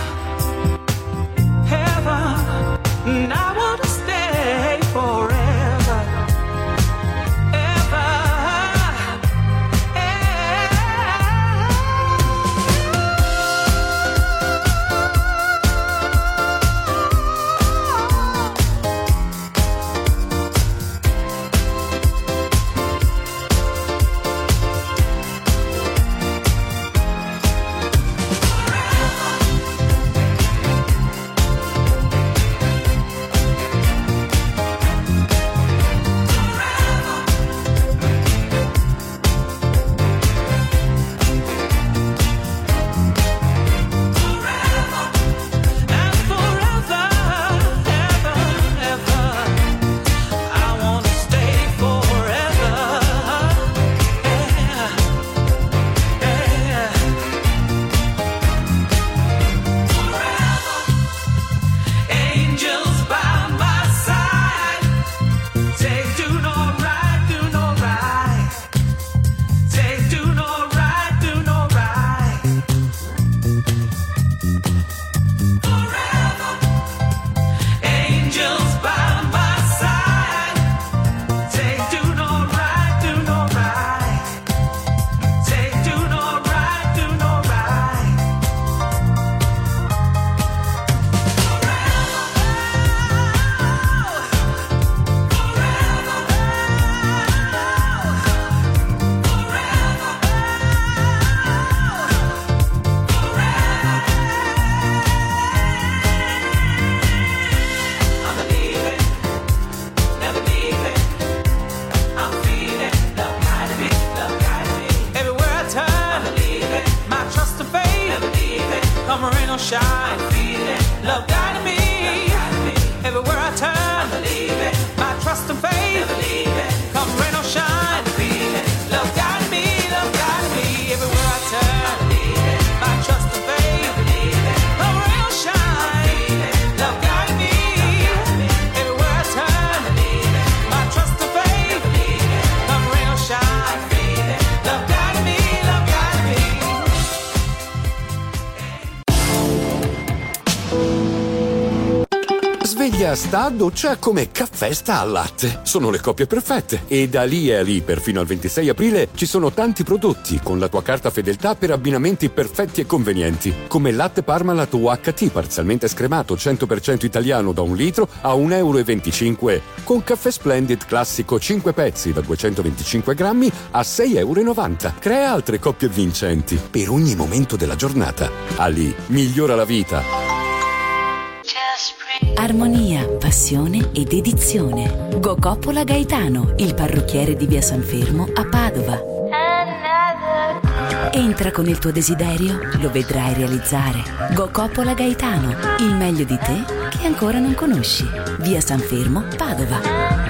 heaven, and I want to stay forever, ever, and forever, ever, ever. I want to stay forever, yeah, yeah. Angels by my side, say do no right, do no right, say do no right, do no right. Forever, angels by my side, say do no right, do no right, say do no right, do no right. I'm believing, never leaving. I'm feeling love guiding me, love guiding me. Everywhere I turn, I'm believing. My trust and faith, never leaving. Come rain or shine, I'm feeling love guiding me. Everywhere I turn, I'm believing. My trust and faith, never leaving. Come rain or shine, I'm feeling love guiding me, love guiding me. Everywhere I turn, I'm believing. My trust and faith, never leaving. Come rain or shine, love guiding me. Everywhere I turn, I'm believing. My trust and faith, never leaving. Come rain or shine, I'm feeling love guiding me, love guiding me. Sveglia sta, doccia come caffè sta al latte. Sono le coppie perfette. E da lì a lì per fino al ventisei aprile ci sono tanti prodotti con la tua carta fedeltà per abbinamenti perfetti e convenienti. Come latte Parmalat U H T parzialmente scremato cento per cento italiano da un litro a un euro e venticinque. Con caffè Splendid classico cinque pezzi da duecentoventicinque grammi a sei euro e novanta. Crea altre coppie vincenti per ogni momento della giornata. Ali migliora la vita. Armonia, passione e dedizione. Go Coppola Gaetano, il parrucchiere di via San Fermo a Padova. Entra con il tuo desiderio, lo vedrai realizzare. Go Coppola Gaetano, il meglio di te che ancora non conosci. Via San Fermo, Padova.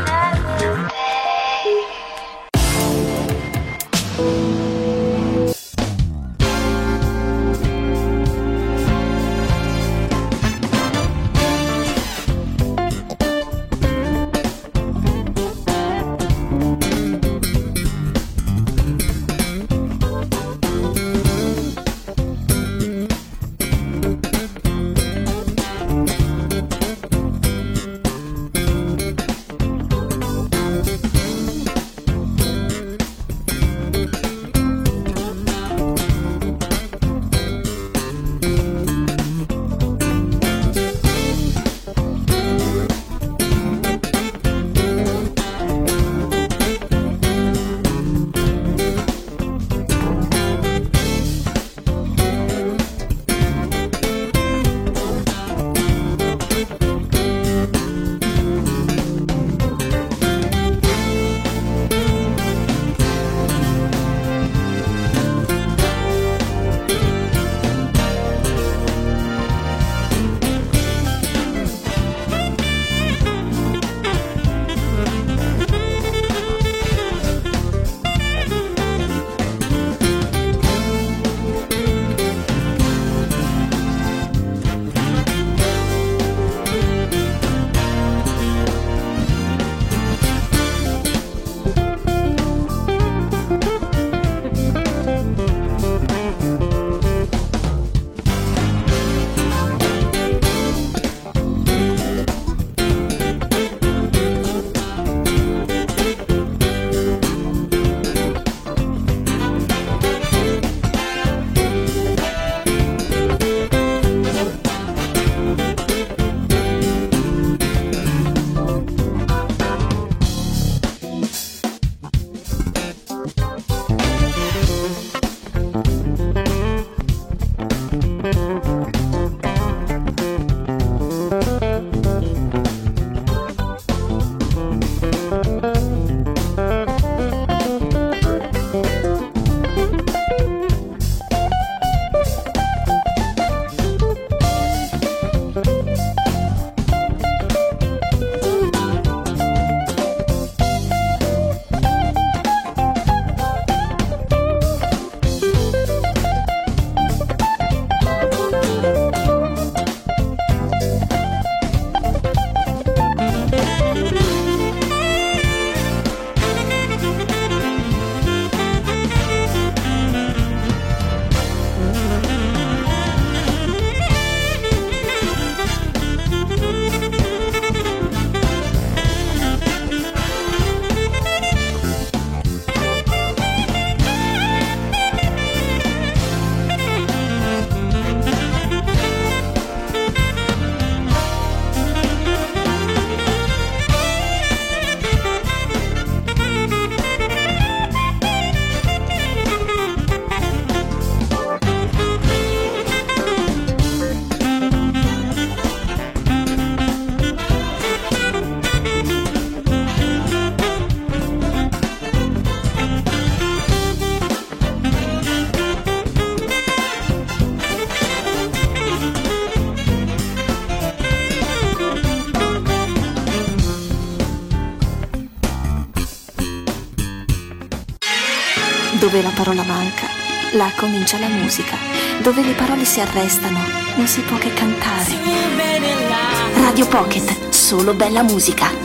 Dove la parola manca, là comincia la musica. Dove le parole si arrestano, non si può che cantare. Radio Pocket, solo bella musica.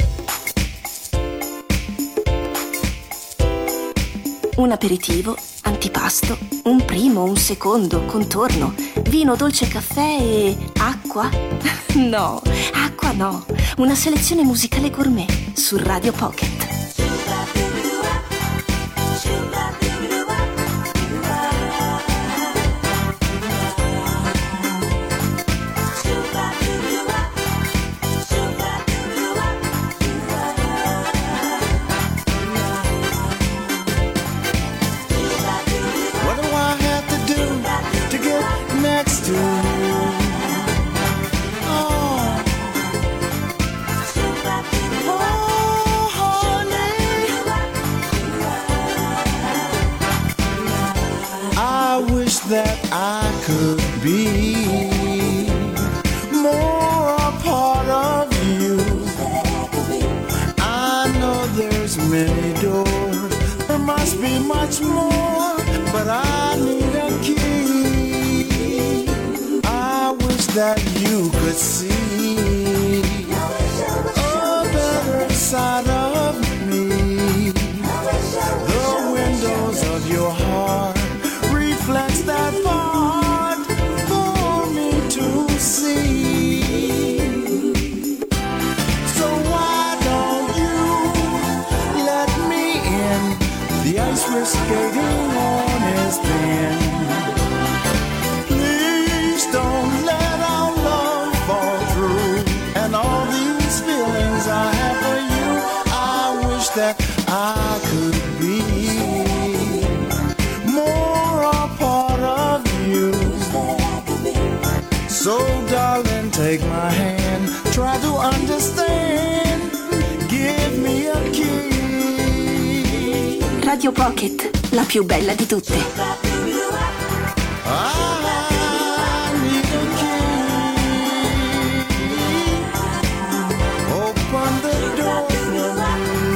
Un aperitivo antipasto, un primo, un secondo, contorno, vino, dolce, caffè e acqua? No, acqua no. Una selezione musicale gourmet su Radio Pocket. That I could be more a part of you. I know there's many doors, there must be much more, but I need a key. I wish that you could see a better side of me. The windows of your heart reflects that part for me to see. So why don't you let me in? The ice we're skating on is thin. Please don't let our love fall through. And all these feelings I have for you, I wish that I could be more a part of you. So darling, take my hand, try to understand, give me a key. Radio Pocket, la più bella di tutte. I need a key. Open the door for me.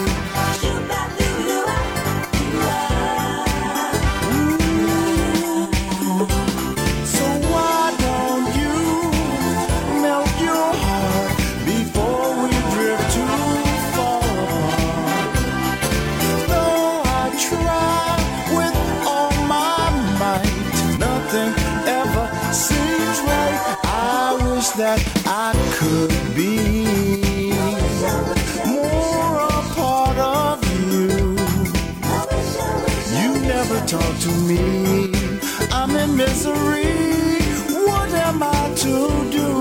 That I could be more a part of you. You never talk to me, I'm in misery. What am I to do?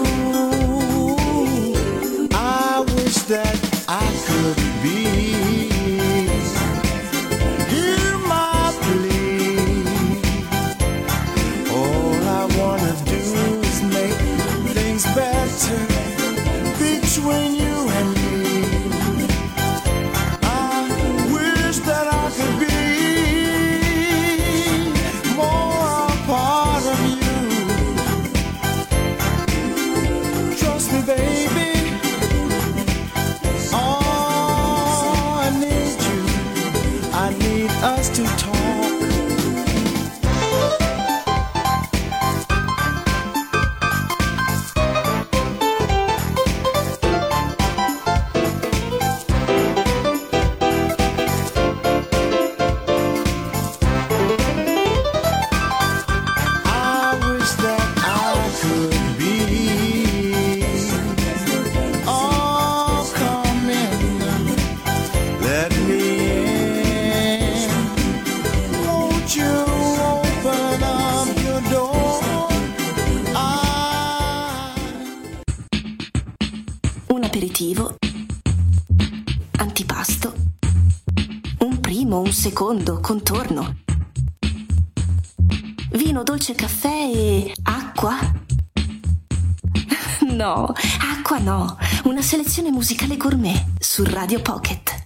I wish that I could be. Hear my plea. All I wanna do is make things better between you and me. I wish that I could be more a part of you. Trust me, baby. Oh, I need you. I need us to talk. Antipasto, un primo, un secondo, contorno, vino, dolce, caffè e acqua? No, acqua no. Una selezione musicale gourmet su Radio Pocket.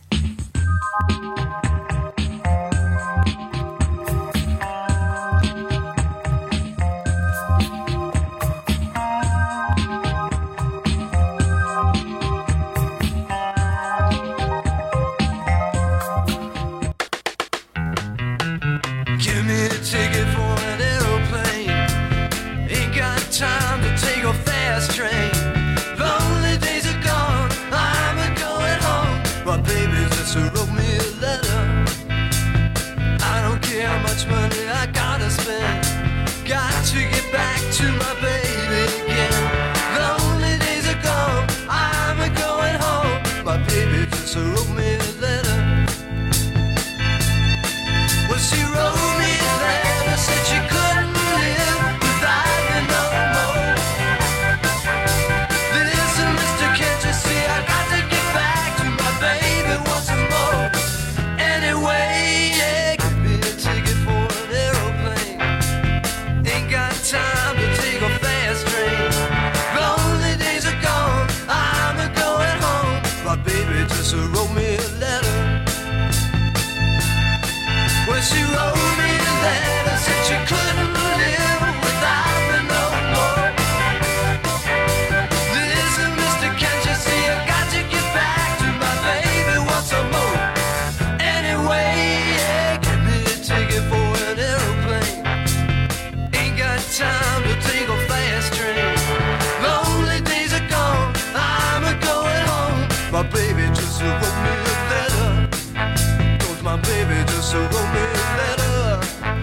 Money just wrote me a letter. Cause my baby just wrote me a letter.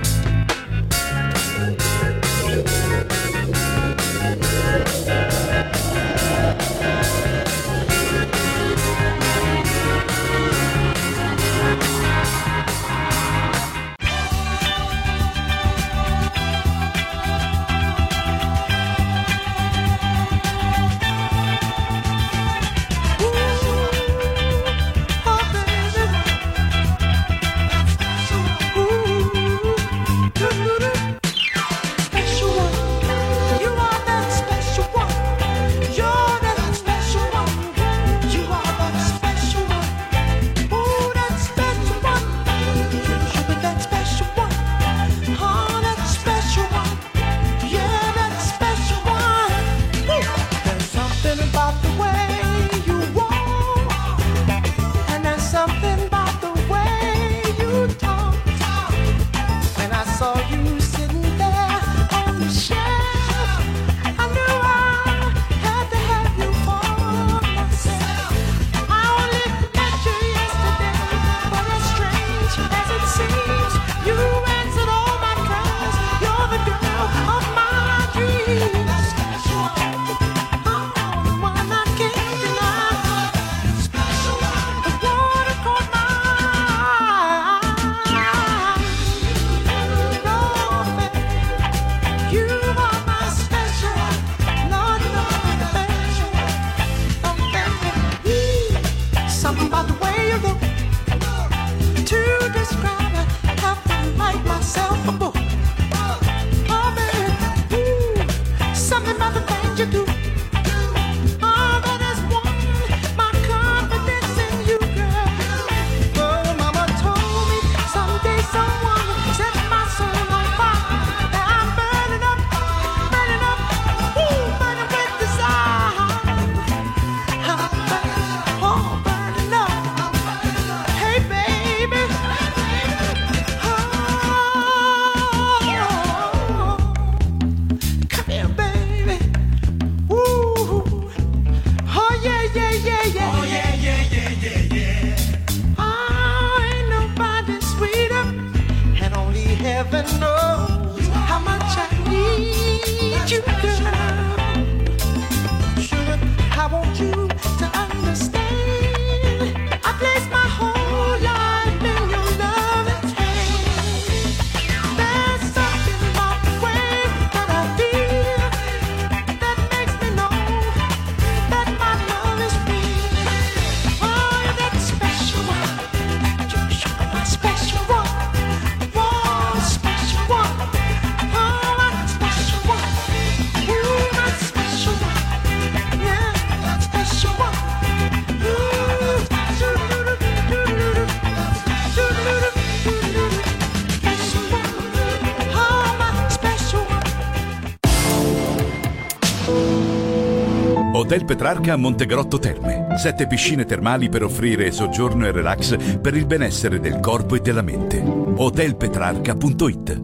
Hotel Petrarca a Montegrotto Terme. Sette piscine termali per offrire soggiorno e relax per il benessere del corpo e della mente. hotel petrarca punto it.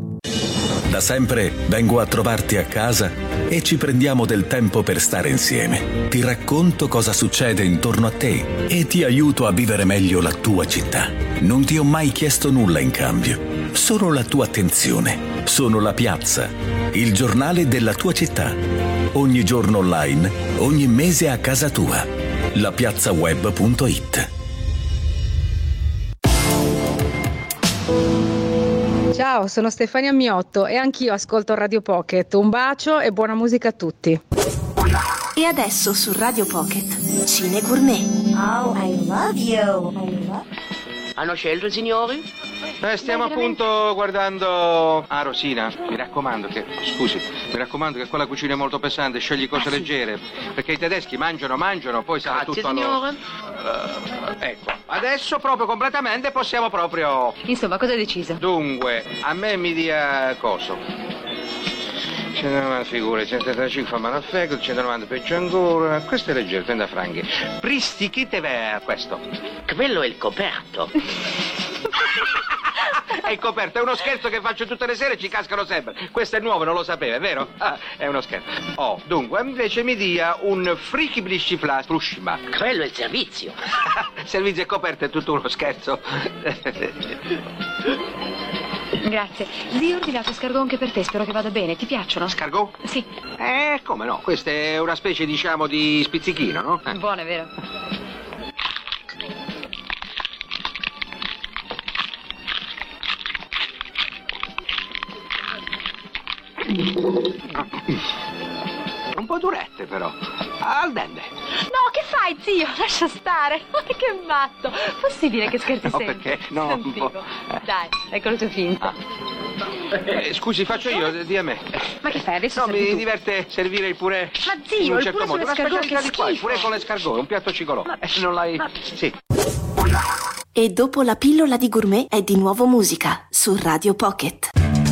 Da sempre vengo a trovarti a casa e ci prendiamo del tempo per stare insieme. Ti racconto cosa succede intorno a te e ti aiuto a vivere meglio la tua città. Non ti ho mai chiesto nulla in cambio, solo la tua attenzione. Sono La Piazza, il giornale della tua città. Ogni giorno online, ogni mese a casa tua. la piazza web punto it. Ciao, sono Stefania Miotto e anch'io ascolto Radio Pocket. Un bacio e buona musica a tutti. E adesso su Radio Pocket, Cine Gourmet. Oh, I love you. I love... Hanno scelto, signori? Eh, stiamo appunto guardando... Ah, Rosina, mi raccomando che... Scusi, mi raccomando che qua la cucina è molto pesante, scegli cose ah, sì. leggere. Perché i tedeschi mangiano, mangiano, poi sarà Grazie, tutto a loro. Uh, ecco, adesso proprio completamente possiamo proprio... Insomma, cosa hai deciso? Dunque, a me mi dia coso. centonovanta figure, centotrentacinque mano a fegato, centonovanta peggio ancora. Questo è leggero, trenta franchi. Pristichite ver, questo. Quello è il coperto. Hai coperto, è uno scherzo che faccio tutte le sere e ci cascano sempre. Questo è nuovo, non lo sapeva, è vero? Ah, è uno scherzo. Oh, dunque, invece mi dia un friki bliscifla plushma. Quello è il servizio. Servizio e coperto è tutto uno scherzo. Grazie. Zio, ho ordinato escargot anche per te, spero che vada bene. Ti piacciono? Escargot? Sì. Eh, come no? Questa è una specie, diciamo, di spizzichino, no? Eh. Buono, è vero? Un po' durette, però. Al dente. No, che fai, zio? Lascia stare. Che matto. Possibile che scherzi no, sempre? Perché? No, un po'. Dai, ecco il tuo finto. Ah. Eh, scusi, faccio io, di a me. Ma che fai adesso? No, mi tu. diverte servire il purè. Ma zio, in un il certo purè modo. Una sull'escargot, specialità che di qua, il schifo. purè con l'escargot, un piatto cicolò. Ma- Eh, non l'hai. ma- Sì. E dopo la pillola di gourmet è di nuovo musica su Radio Pocket.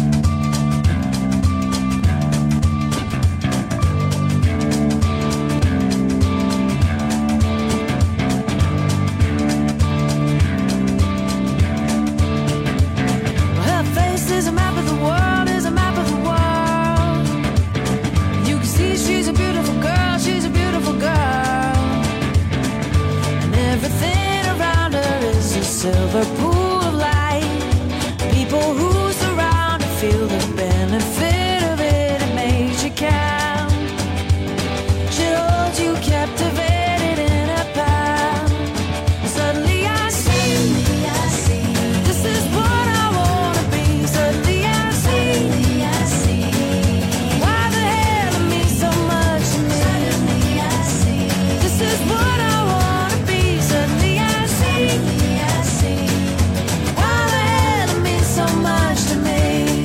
Her face is a map of the world, is a map of the world. You can see she's a beautiful girl, she's a beautiful girl. And everything around her is a silver pool of light. People who surround her feel the benefit of it, it makes you count. She holds you captivated in her palm. Suddenly I see, this is what I wanna be. Suddenly I see, why the hell it means so much to me. Suddenly I see, this is what I wanna be. Suddenly I see, why the hell it means so much to me.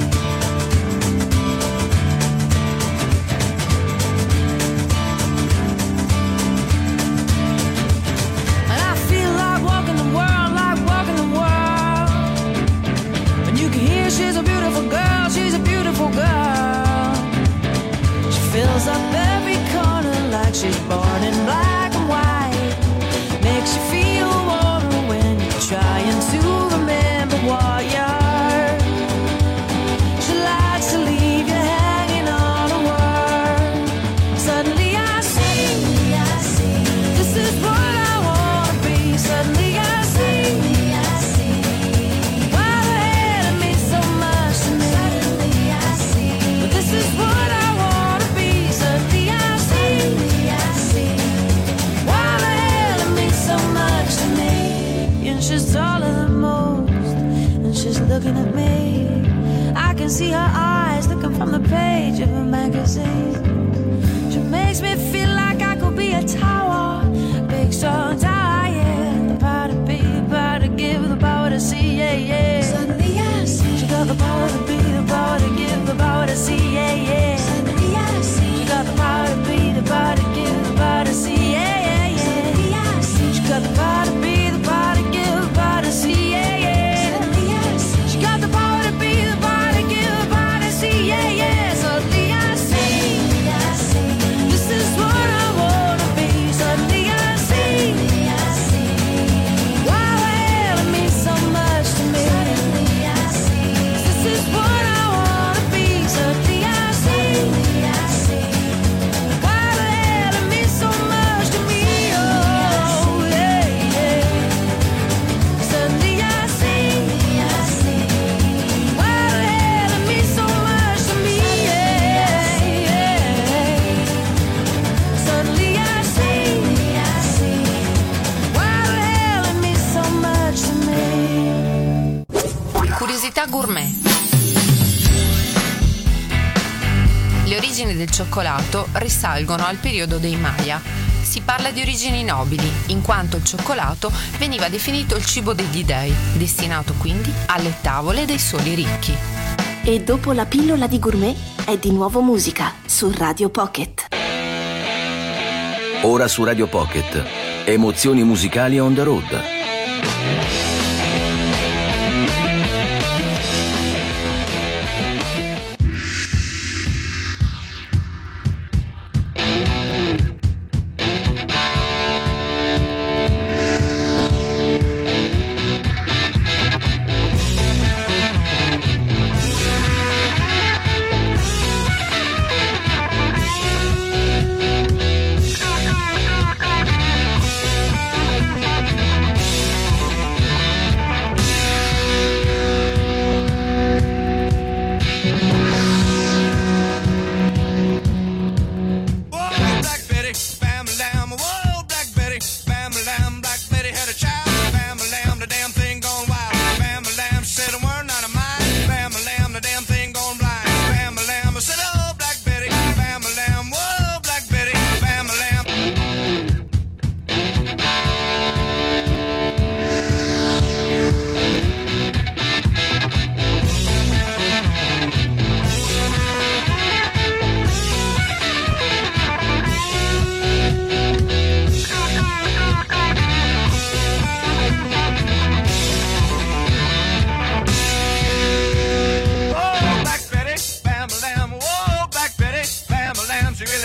And I feel like walking the world, like walking the world. And you can hear she's a beautiful girl, she's a beautiful girl. She fills up every corner like she's born in black and white. Makes you feel warmer when you're trying to remember what you heard. She likes to leave you hanging on a word. Suddenly I see, this is what I wanna be. Suddenly I see, why the hell it means so much to me. Suddenly I see, but this is what I wanna be. Suddenly I see, why the hell it means so much to me. And she's taller than most, and she's looking at me. I can see her eyes looking from the page of a magazine. She makes me feel like I could be a tower, big strong tower, yeah. The power to be, the power to give, the power to see, yeah, yeah. Suddenly I see, she got the power to be, the power to give, the power to see, yeah, yeah. Suddenly I see, she got the power to be, the power to give, the power to see, yeah, yeah, yeah. Suddenly I see, she got the power to be, the power to give, the power to see, yeah, yeah. Suddenly I see, she got the power to be, the power to give, the power to see, yeah, yeah. Suddenly I see, this is what I wanna be. Suddenly I see, why the hell it means so much to me. Suddenly I see, this is what I wanna be. Suddenly I see, why the hell it means so much to me. Oh yeah, yeah. Suddenly I see, why the hell it means so much to me. Yeah, yeah. Suddenly I see, why the hell it means so much to me. Curiosità gourmet. Le origini del cioccolato risalgono al periodo dei Maya. Si parla di origini nobili, in quanto il cioccolato veniva definito il cibo degli dei, destinato quindi alle tavole dei soli ricchi. E dopo la pillola di gourmet è di nuovo musica su Radio Pocket. Ora su Radio Pocket. Emozioni musicali on the road.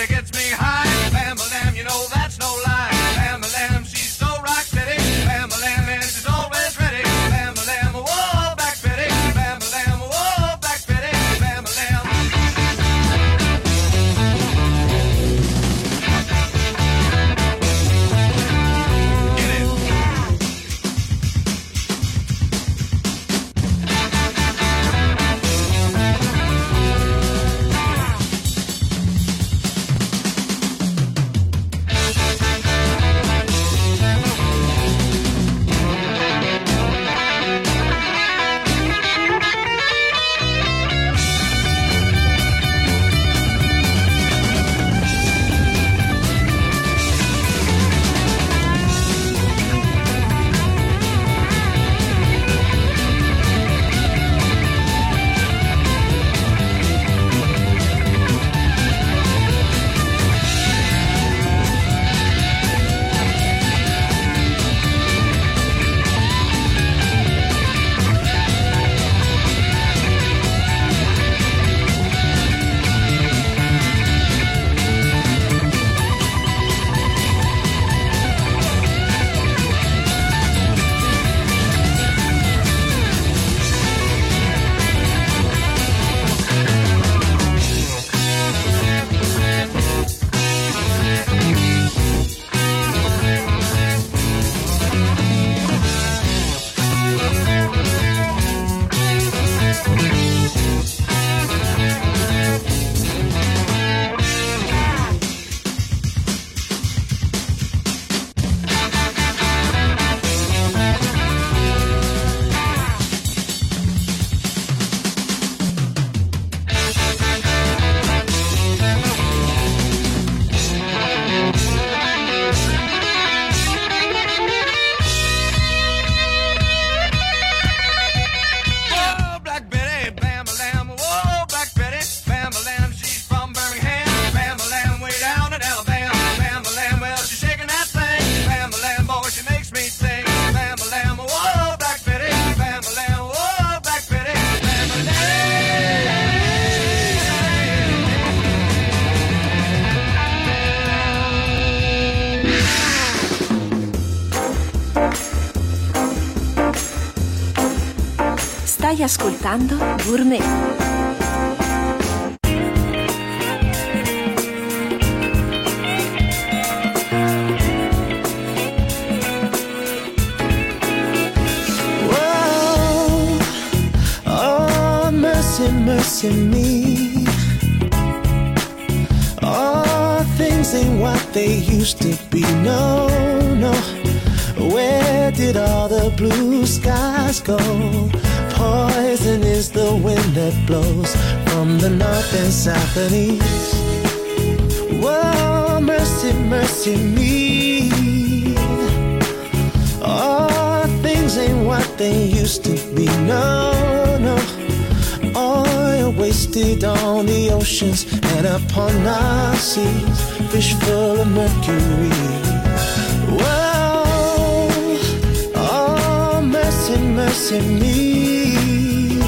gets me high. Bam-a-lam, you know that's no lie. Bam-a-lam, she's so rock steady. Bam-a-lam, and she's always ready. Bam-a-lam, whoa, back Betty. Bam-a-lam, whoa, back Betty. Bam-a-lam. Stai ascoltando Gourmet. Mercy me. All things ain't what they used to be. No, no. Where did all the blue skies go? Poison is the wind that blows from the north and south and east. Whoa, mercy, mercy me. All things ain't what they used to be. No, no. Oil wasted on the oceans and upon our seas, fish full of mercury. Whoa, oh, mercy, mercy me.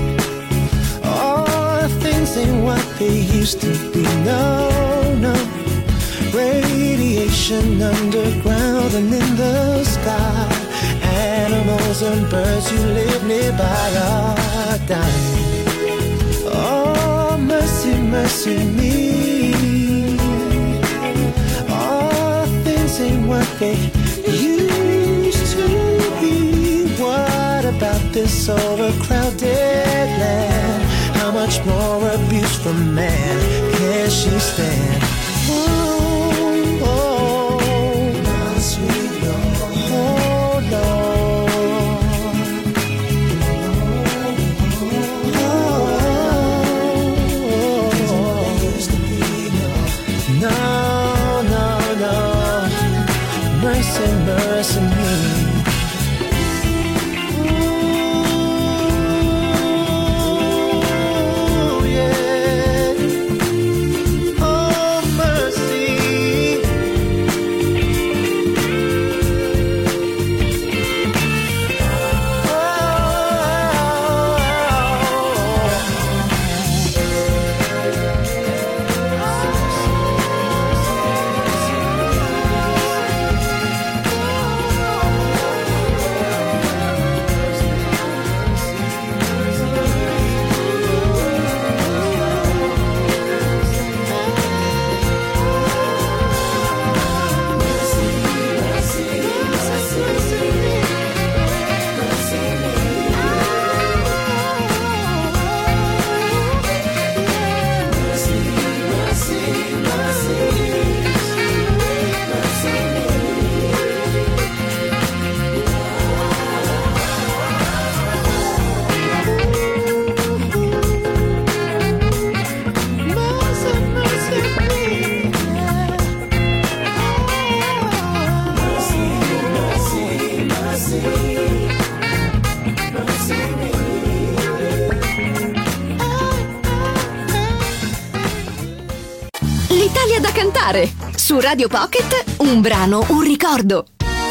All things ain't what they used to be, no, no. Radiation underground and in the sky. Animals and birds who live nearby are dying. Oh, mercy, mercy me. All things ain't what they used to be. What about this overcrowded land? How much more abuse from man can she stand? Oh, oh, my sweet Lord. Oh, Lord. Mercy, mercy me. Ooh, yeah. Oh, mercy. Oh. cantare. Su Radio Pocket, un brano, un ricordo.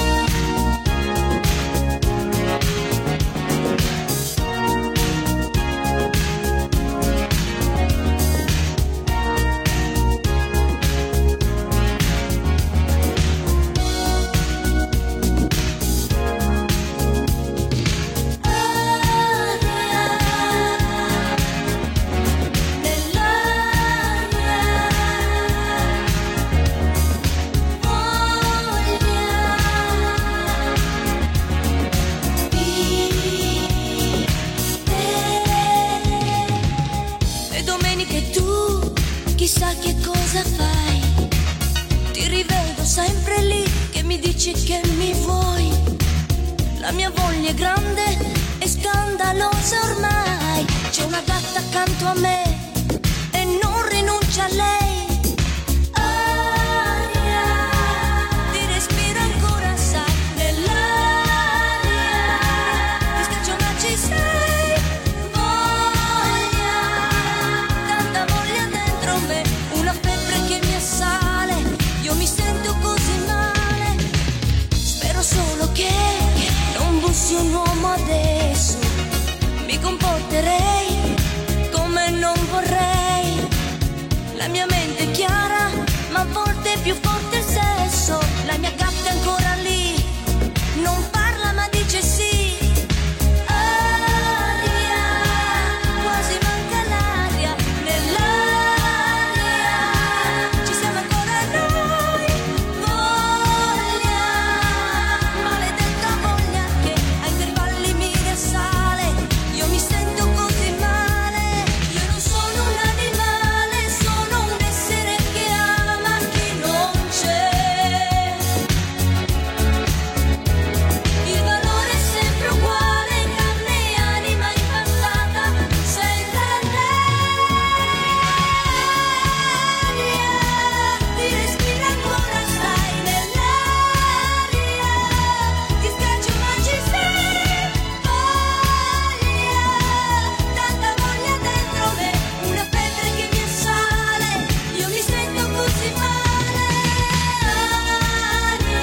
Chissà che cosa fai, ti rivedo sempre lì che mi dici che mi vuoi. La mia voglia è grande e scandalosa ormai. C'è una gatta accanto a me e non rinuncia a lei. Aria, ti respiro ancora, sai, nell'aria. Ti scaccio ma ci sei. Solo che non bussi un uomo adesso, mi comporterei come non vorrei. La mia mente è chiara, ma a volte è più forte il sesso. La mia gatta è ancora lì, non parla ma dice sì. Aria, quasi manca l'aria, nell'aria ci siamo ancora noi. Voglia, maledetta voglia che a intervalli mi risale. Io mi sento così male. Io non sono un animale, sono un essere che ama chi non c'è. Il valore è sempre uguale, carne e anima impastata, senza l'aria. Ti respira ancora, stai nell'aria. Ti scaccio ma ci sei. Voglia, tanta voglia dentro me, una febbre che mi assale. Io mi sento così male. Aria,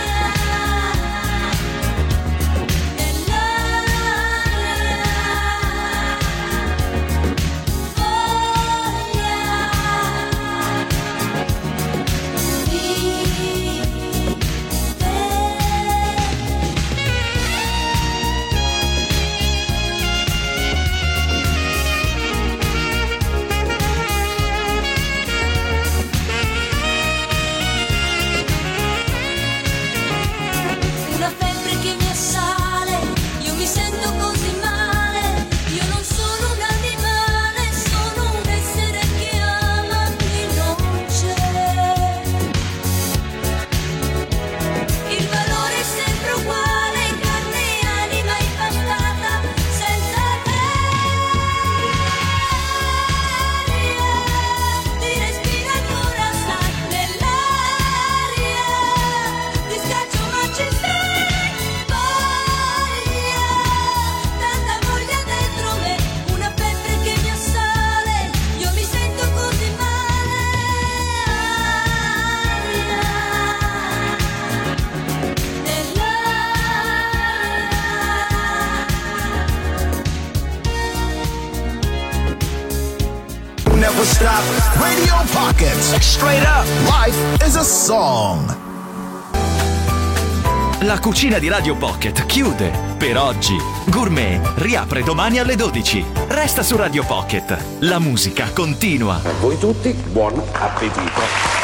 una febbre che mi assale. Io mi sento così male. Io non sono un animale, sono un essere che ama chi non c'è. Il valore è sempre uguale, carne e anima impastata, senza l'aria. Ti respira ancora, stai nell'aria. Ti scaccio ma ci sei. Voglia, tanta voglia dentro me, una febbre che mi assale. Io mi sento così male. Never stop. Radio Pocket. Straight up. Life is a song. La cucina di Radio Pocket chiude per oggi. Gourmet riapre domani alle dodici. Resta su Radio Pocket. La musica continua. A voi tutti, buon appetito.